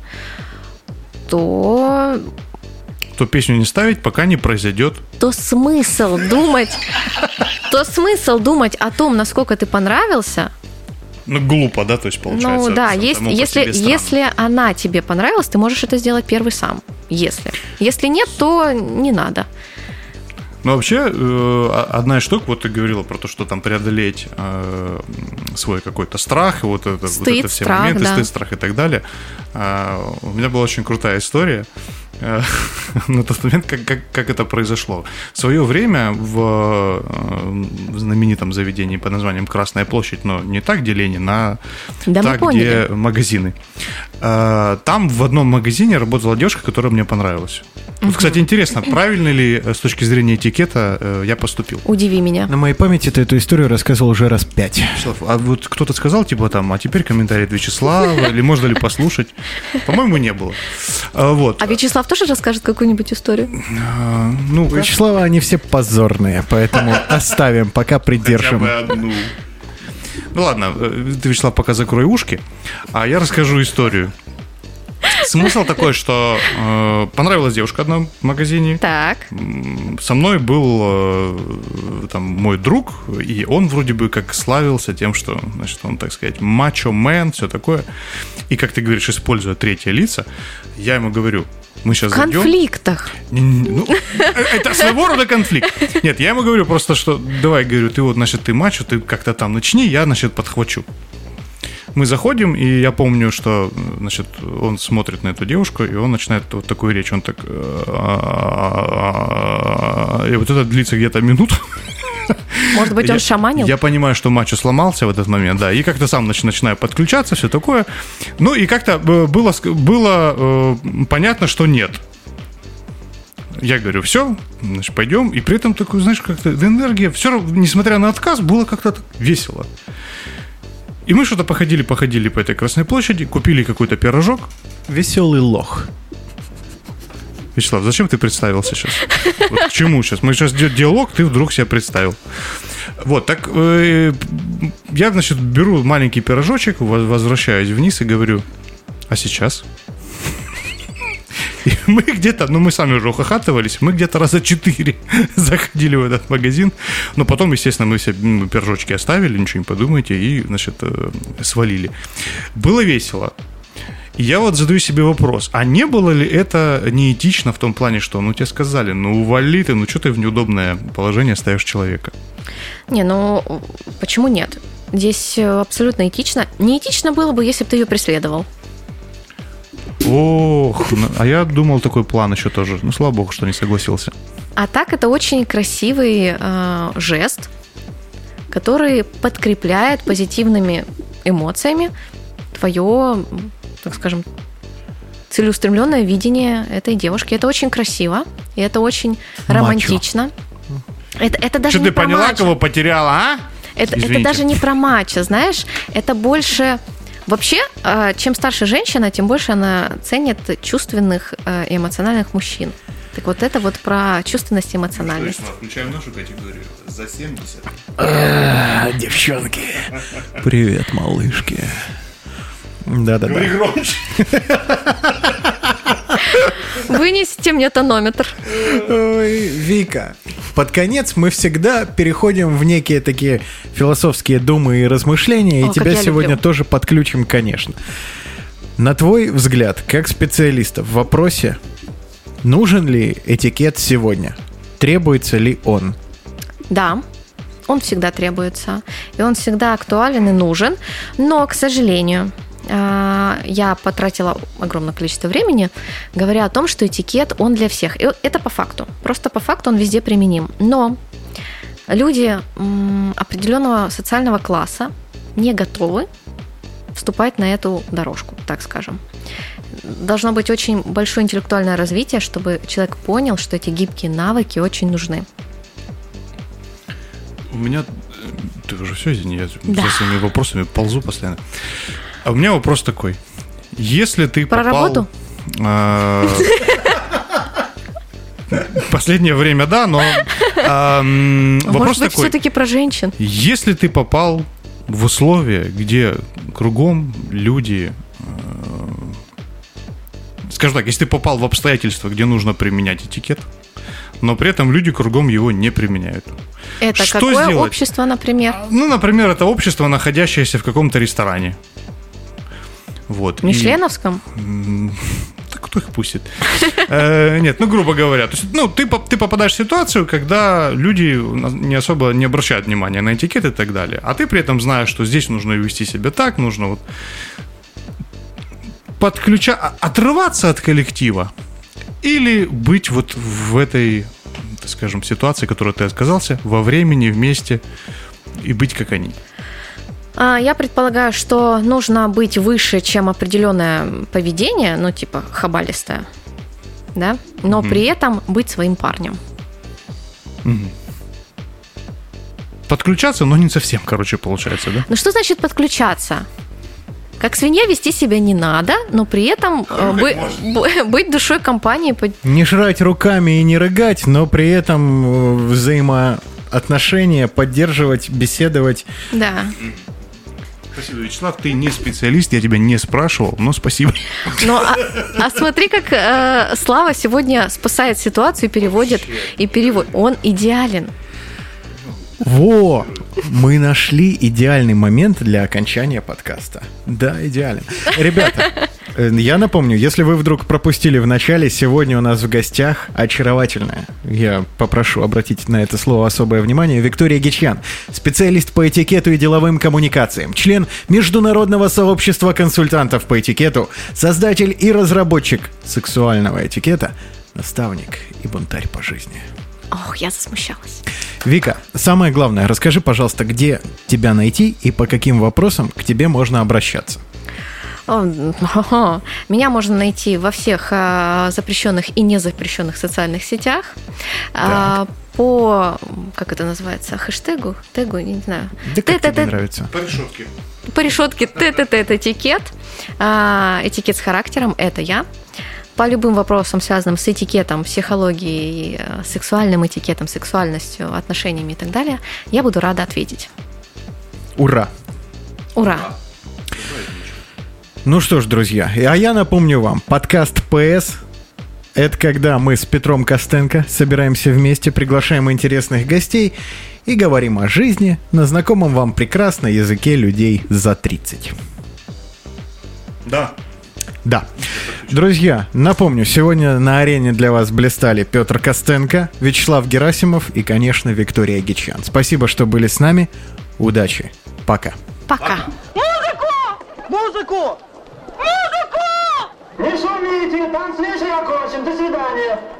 [SPEAKER 4] то...
[SPEAKER 3] То песню не ставить, пока не произойдет.
[SPEAKER 4] То смысл думать, то смысл думать о том, насколько ты понравился.
[SPEAKER 3] Ну, глупо, да, то есть получается.
[SPEAKER 4] Ну да, есть, если, если она тебе понравилась, ты можешь это сделать первый сам. Если. Если нет, то не надо.
[SPEAKER 3] Ну, вообще, э, одна из штук, вот ты говорила про то, что там преодолеть э, свой какой-то страх, и вот это,
[SPEAKER 4] стыд,
[SPEAKER 3] вот это все
[SPEAKER 4] страх,
[SPEAKER 3] моменты,
[SPEAKER 4] да.
[SPEAKER 3] стыд, страх и так далее. Э, у меня была очень крутая история э, на тот момент, как, как, как это произошло. В свое время в, э, в знаменитом заведении под названием Красная площадь, но не так, где Ленин, а
[SPEAKER 4] да,
[SPEAKER 3] так, где магазины. Э, там в одном магазине работала девушка, которая мне понравилась. Вот, кстати, интересно, правильно ли с точки зрения этикета э, я поступил?
[SPEAKER 4] Удиви меня.
[SPEAKER 2] На моей памяти ты эту историю рассказывал уже раз пять.
[SPEAKER 3] Вячеслав, а вот кто-то сказал, типа там, а теперь комментарий от Вячеслава, или можно ли послушать? По-моему, не было. А, вот.
[SPEAKER 4] А Вячеслав тоже расскажет какую-нибудь историю?
[SPEAKER 3] А, ну,
[SPEAKER 2] У Вячеслава они все позорные, поэтому оставим, пока придержим.
[SPEAKER 3] хотя бы одну. Ну ладно, ты, Вячеслав, пока закрой ушки, а я расскажу историю. Смысл такой, что э, понравилась девушка одна в магазине.
[SPEAKER 4] Так.
[SPEAKER 3] Со мной был э, там мой друг, и он вроде бы как славился тем, что, значит, он, так сказать, мачо-мен, все такое. И, как ты говоришь, используя третьи лица, я ему говорю, Мы сейчас
[SPEAKER 4] В конфликтах.
[SPEAKER 3] Зайдем. Ну, это своего рода конфликт. Нет, я ему говорю просто, что давай, говорю, ты вот, значит, ты мачо, ты как-то там начни, я, значит, подхвачу. Мы заходим, и я помню, что, значит, он смотрит на эту девушку, и он начинает вот такую речь, он так... И вот это длится где-то минуту.
[SPEAKER 4] Может быть, он
[SPEAKER 3] я,
[SPEAKER 4] шаманил?
[SPEAKER 3] Я понимаю, что мачо сломался в этот момент, да, и как-то сам нач- начинаю подключаться, все такое. Ну, и как-то было, было э, понятно, что нет. Я говорю, все, значит, пойдем. И при этом такой, знаешь, как-то энергия, все равно, несмотря на отказ, было как-то весело. И мы что-то походили, походили по этой Красной площади, купили какой-то пирожок.
[SPEAKER 2] Веселый лох.
[SPEAKER 3] Вячеслав, зачем ты представился сейчас? Вот к чему сейчас? Мы сейчас идет диалог, ты вдруг себя представил. Вот, так э, я, значит, беру маленький пирожочек, возвращаюсь вниз и говорю, а сейчас? И мы где-то, ну мы сами уже ухахатывались, мы где-то раза четыре заходили в этот магазин, но потом, естественно, мы все пирожочки оставили, ничего не подумайте, и, значит, э, свалили. Было весело. И я вот задаю себе вопрос, а не было ли это неэтично в том плане, что, ну, тебе сказали, ну, ували ты, ну, что ты в неудобное положение ставишь человека?
[SPEAKER 4] Не, ну, почему нет? Здесь абсолютно этично. Неэтично было бы, если бы ты ее преследовал.
[SPEAKER 3] Ох, а я думал, такой план еще тоже. Ну, слава богу, что не согласился.
[SPEAKER 4] А так это очень красивый э, жест, который подкрепляет позитивными эмоциями твое, так скажем, целеустремленное видение этой девушки. Это очень красиво, и это очень
[SPEAKER 2] Мачо.
[SPEAKER 4] романтично. Это, это даже
[SPEAKER 3] что
[SPEAKER 4] не
[SPEAKER 3] ты
[SPEAKER 4] про
[SPEAKER 3] поняла,
[SPEAKER 4] мачо.
[SPEAKER 3] кого потеряла, а?
[SPEAKER 4] Это, это
[SPEAKER 3] Извините.
[SPEAKER 4] даже не про мачо, знаешь, это больше... Вообще, э, чем старше женщина, тем больше она ценит чувственных э, и эмоциональных мужчин. Так вот это вот про чувственность и эмоциональность.
[SPEAKER 3] Включаем нашу категорию за семьдесят.
[SPEAKER 2] Девчонки. Привет, малышки. Да-да-да.
[SPEAKER 3] громче.
[SPEAKER 4] Вынесите мне тонометр.
[SPEAKER 2] Ой, Вика, под конец мы всегда переходим в некие такие философские думы и размышления,
[SPEAKER 4] О,
[SPEAKER 2] и
[SPEAKER 4] как
[SPEAKER 2] тебя
[SPEAKER 4] я
[SPEAKER 2] сегодня
[SPEAKER 4] люблю.
[SPEAKER 2] тоже подключим, конечно. На твой взгляд, как специалиста в вопросе, нужен ли этикет сегодня? Требуется ли он?
[SPEAKER 4] Да, он всегда требуется, и он всегда актуален и нужен, но, к сожалению, я потратила огромное количество времени, говоря о том, что этикет, он для всех. И это по факту. Просто по факту он везде применим. Но люди определенного социального класса не готовы вступать на эту дорожку, так скажем. Должно быть очень большое интеллектуальное развитие, чтобы человек понял, что эти гибкие навыки очень нужны.
[SPEAKER 3] У меня... Ты уже все, извини, я
[SPEAKER 4] Да.
[SPEAKER 3] за своими вопросами ползу постоянно. А у меня вопрос такой. Если ты
[SPEAKER 4] Про
[SPEAKER 3] попал...
[SPEAKER 4] работу?
[SPEAKER 3] а, Последнее время, да, но а, м, вопрос
[SPEAKER 4] Может быть,
[SPEAKER 3] такой.
[SPEAKER 4] все-таки про женщин?
[SPEAKER 3] Если ты попал в условия, где кругом люди... э, Скажем так, если ты попал в обстоятельства, где нужно применять этикет, но при этом люди кругом его не применяют.
[SPEAKER 4] Это
[SPEAKER 3] Что
[SPEAKER 4] какое
[SPEAKER 3] сделать?
[SPEAKER 4] общество, например?
[SPEAKER 3] Ну, например, это общество, находящееся в каком-то ресторане. Вот.
[SPEAKER 4] В Мишленовском?
[SPEAKER 3] И, м, да кто их пустит? Э, Нет, ну, грубо говоря. То есть, ну, ты поп- ты попадаешь в ситуацию, когда люди не особо не обращают внимания на этикет и так далее. А ты при этом знаешь, что здесь нужно вести себя так, нужно вот подключа... отрываться от коллектива или быть вот в этой, так скажем, ситуации, в которой ты отказался, во времени, вместе и быть как они.
[SPEAKER 4] А, Я предполагаю, что нужно быть выше, чем определенное поведение, ну, типа хабалистое, да, но
[SPEAKER 3] Мгм.
[SPEAKER 4] при этом быть своим парнем.
[SPEAKER 3] Мгм. Подключаться, но не совсем, короче, получается, да?
[SPEAKER 4] Ну, что значит подключаться? Как свинья вести себя не надо, но при этом э, бы- б- быть душой компании. под-
[SPEAKER 2] Не жрать руками и не рыгать, но при этом э, взаимоотношения поддерживать, беседовать.
[SPEAKER 4] Да.
[SPEAKER 3] Спасибо, Вячеслав, ты не специалист, я тебя не спрашивал, но спасибо.
[SPEAKER 4] Но, а, а смотри, как э, Слава сегодня спасает ситуацию и переводит, и переводит. Он идеален.
[SPEAKER 2] Во! Мы нашли идеальный момент для окончания подкаста. Да, идеален. Ребята, Я напомню, если вы вдруг пропустили в начале, сегодня у нас в гостях очаровательная, я попрошу обратить на это слово особое внимание, Виктория Гичьян, специалист по этикету и деловым коммуникациям, член Международного сообщества консультантов по этикету, создатель и разработчик сексуального этикета, наставник и бунтарь по жизни.
[SPEAKER 4] Ох, я засмущалась.
[SPEAKER 2] Вика, самое главное, расскажи, пожалуйста, где тебя найти и по каким вопросам к тебе можно обращаться.
[SPEAKER 4] Меня можно найти во всех запрещенных и незапрещенных социальных сетях. Так. По, как это называется, хэштегу, тегу, я не знаю.
[SPEAKER 2] Да как тебе нравится?
[SPEAKER 3] По решетке.
[SPEAKER 4] По решетке ТТТ этикет. Этикет с характером – это я. По любым вопросам, связанным с этикетом, психологией, сексуальным этикетом, сексуальностью, отношениями и так далее, я буду рада ответить.
[SPEAKER 2] Ура!
[SPEAKER 4] Ура!
[SPEAKER 2] Ну что ж, друзья, а я напомню вам, подкаст ПС – это когда мы с Петром Костенко собираемся вместе, приглашаем интересных гостей и говорим о жизни на знакомом вам прекрасно языке людей за тридцать.
[SPEAKER 3] Да.
[SPEAKER 2] Да. Друзья, напомню, сегодня на арене для вас блистали Петр Костенко, Вячеслав Герасимов и, конечно, Виктория Гичьян. Спасибо, что были с нами. Удачи. Пока.
[SPEAKER 4] Пока.
[SPEAKER 5] Музыку! Музыку! Музыку! Не шумите, там слишком окончен. До свидания.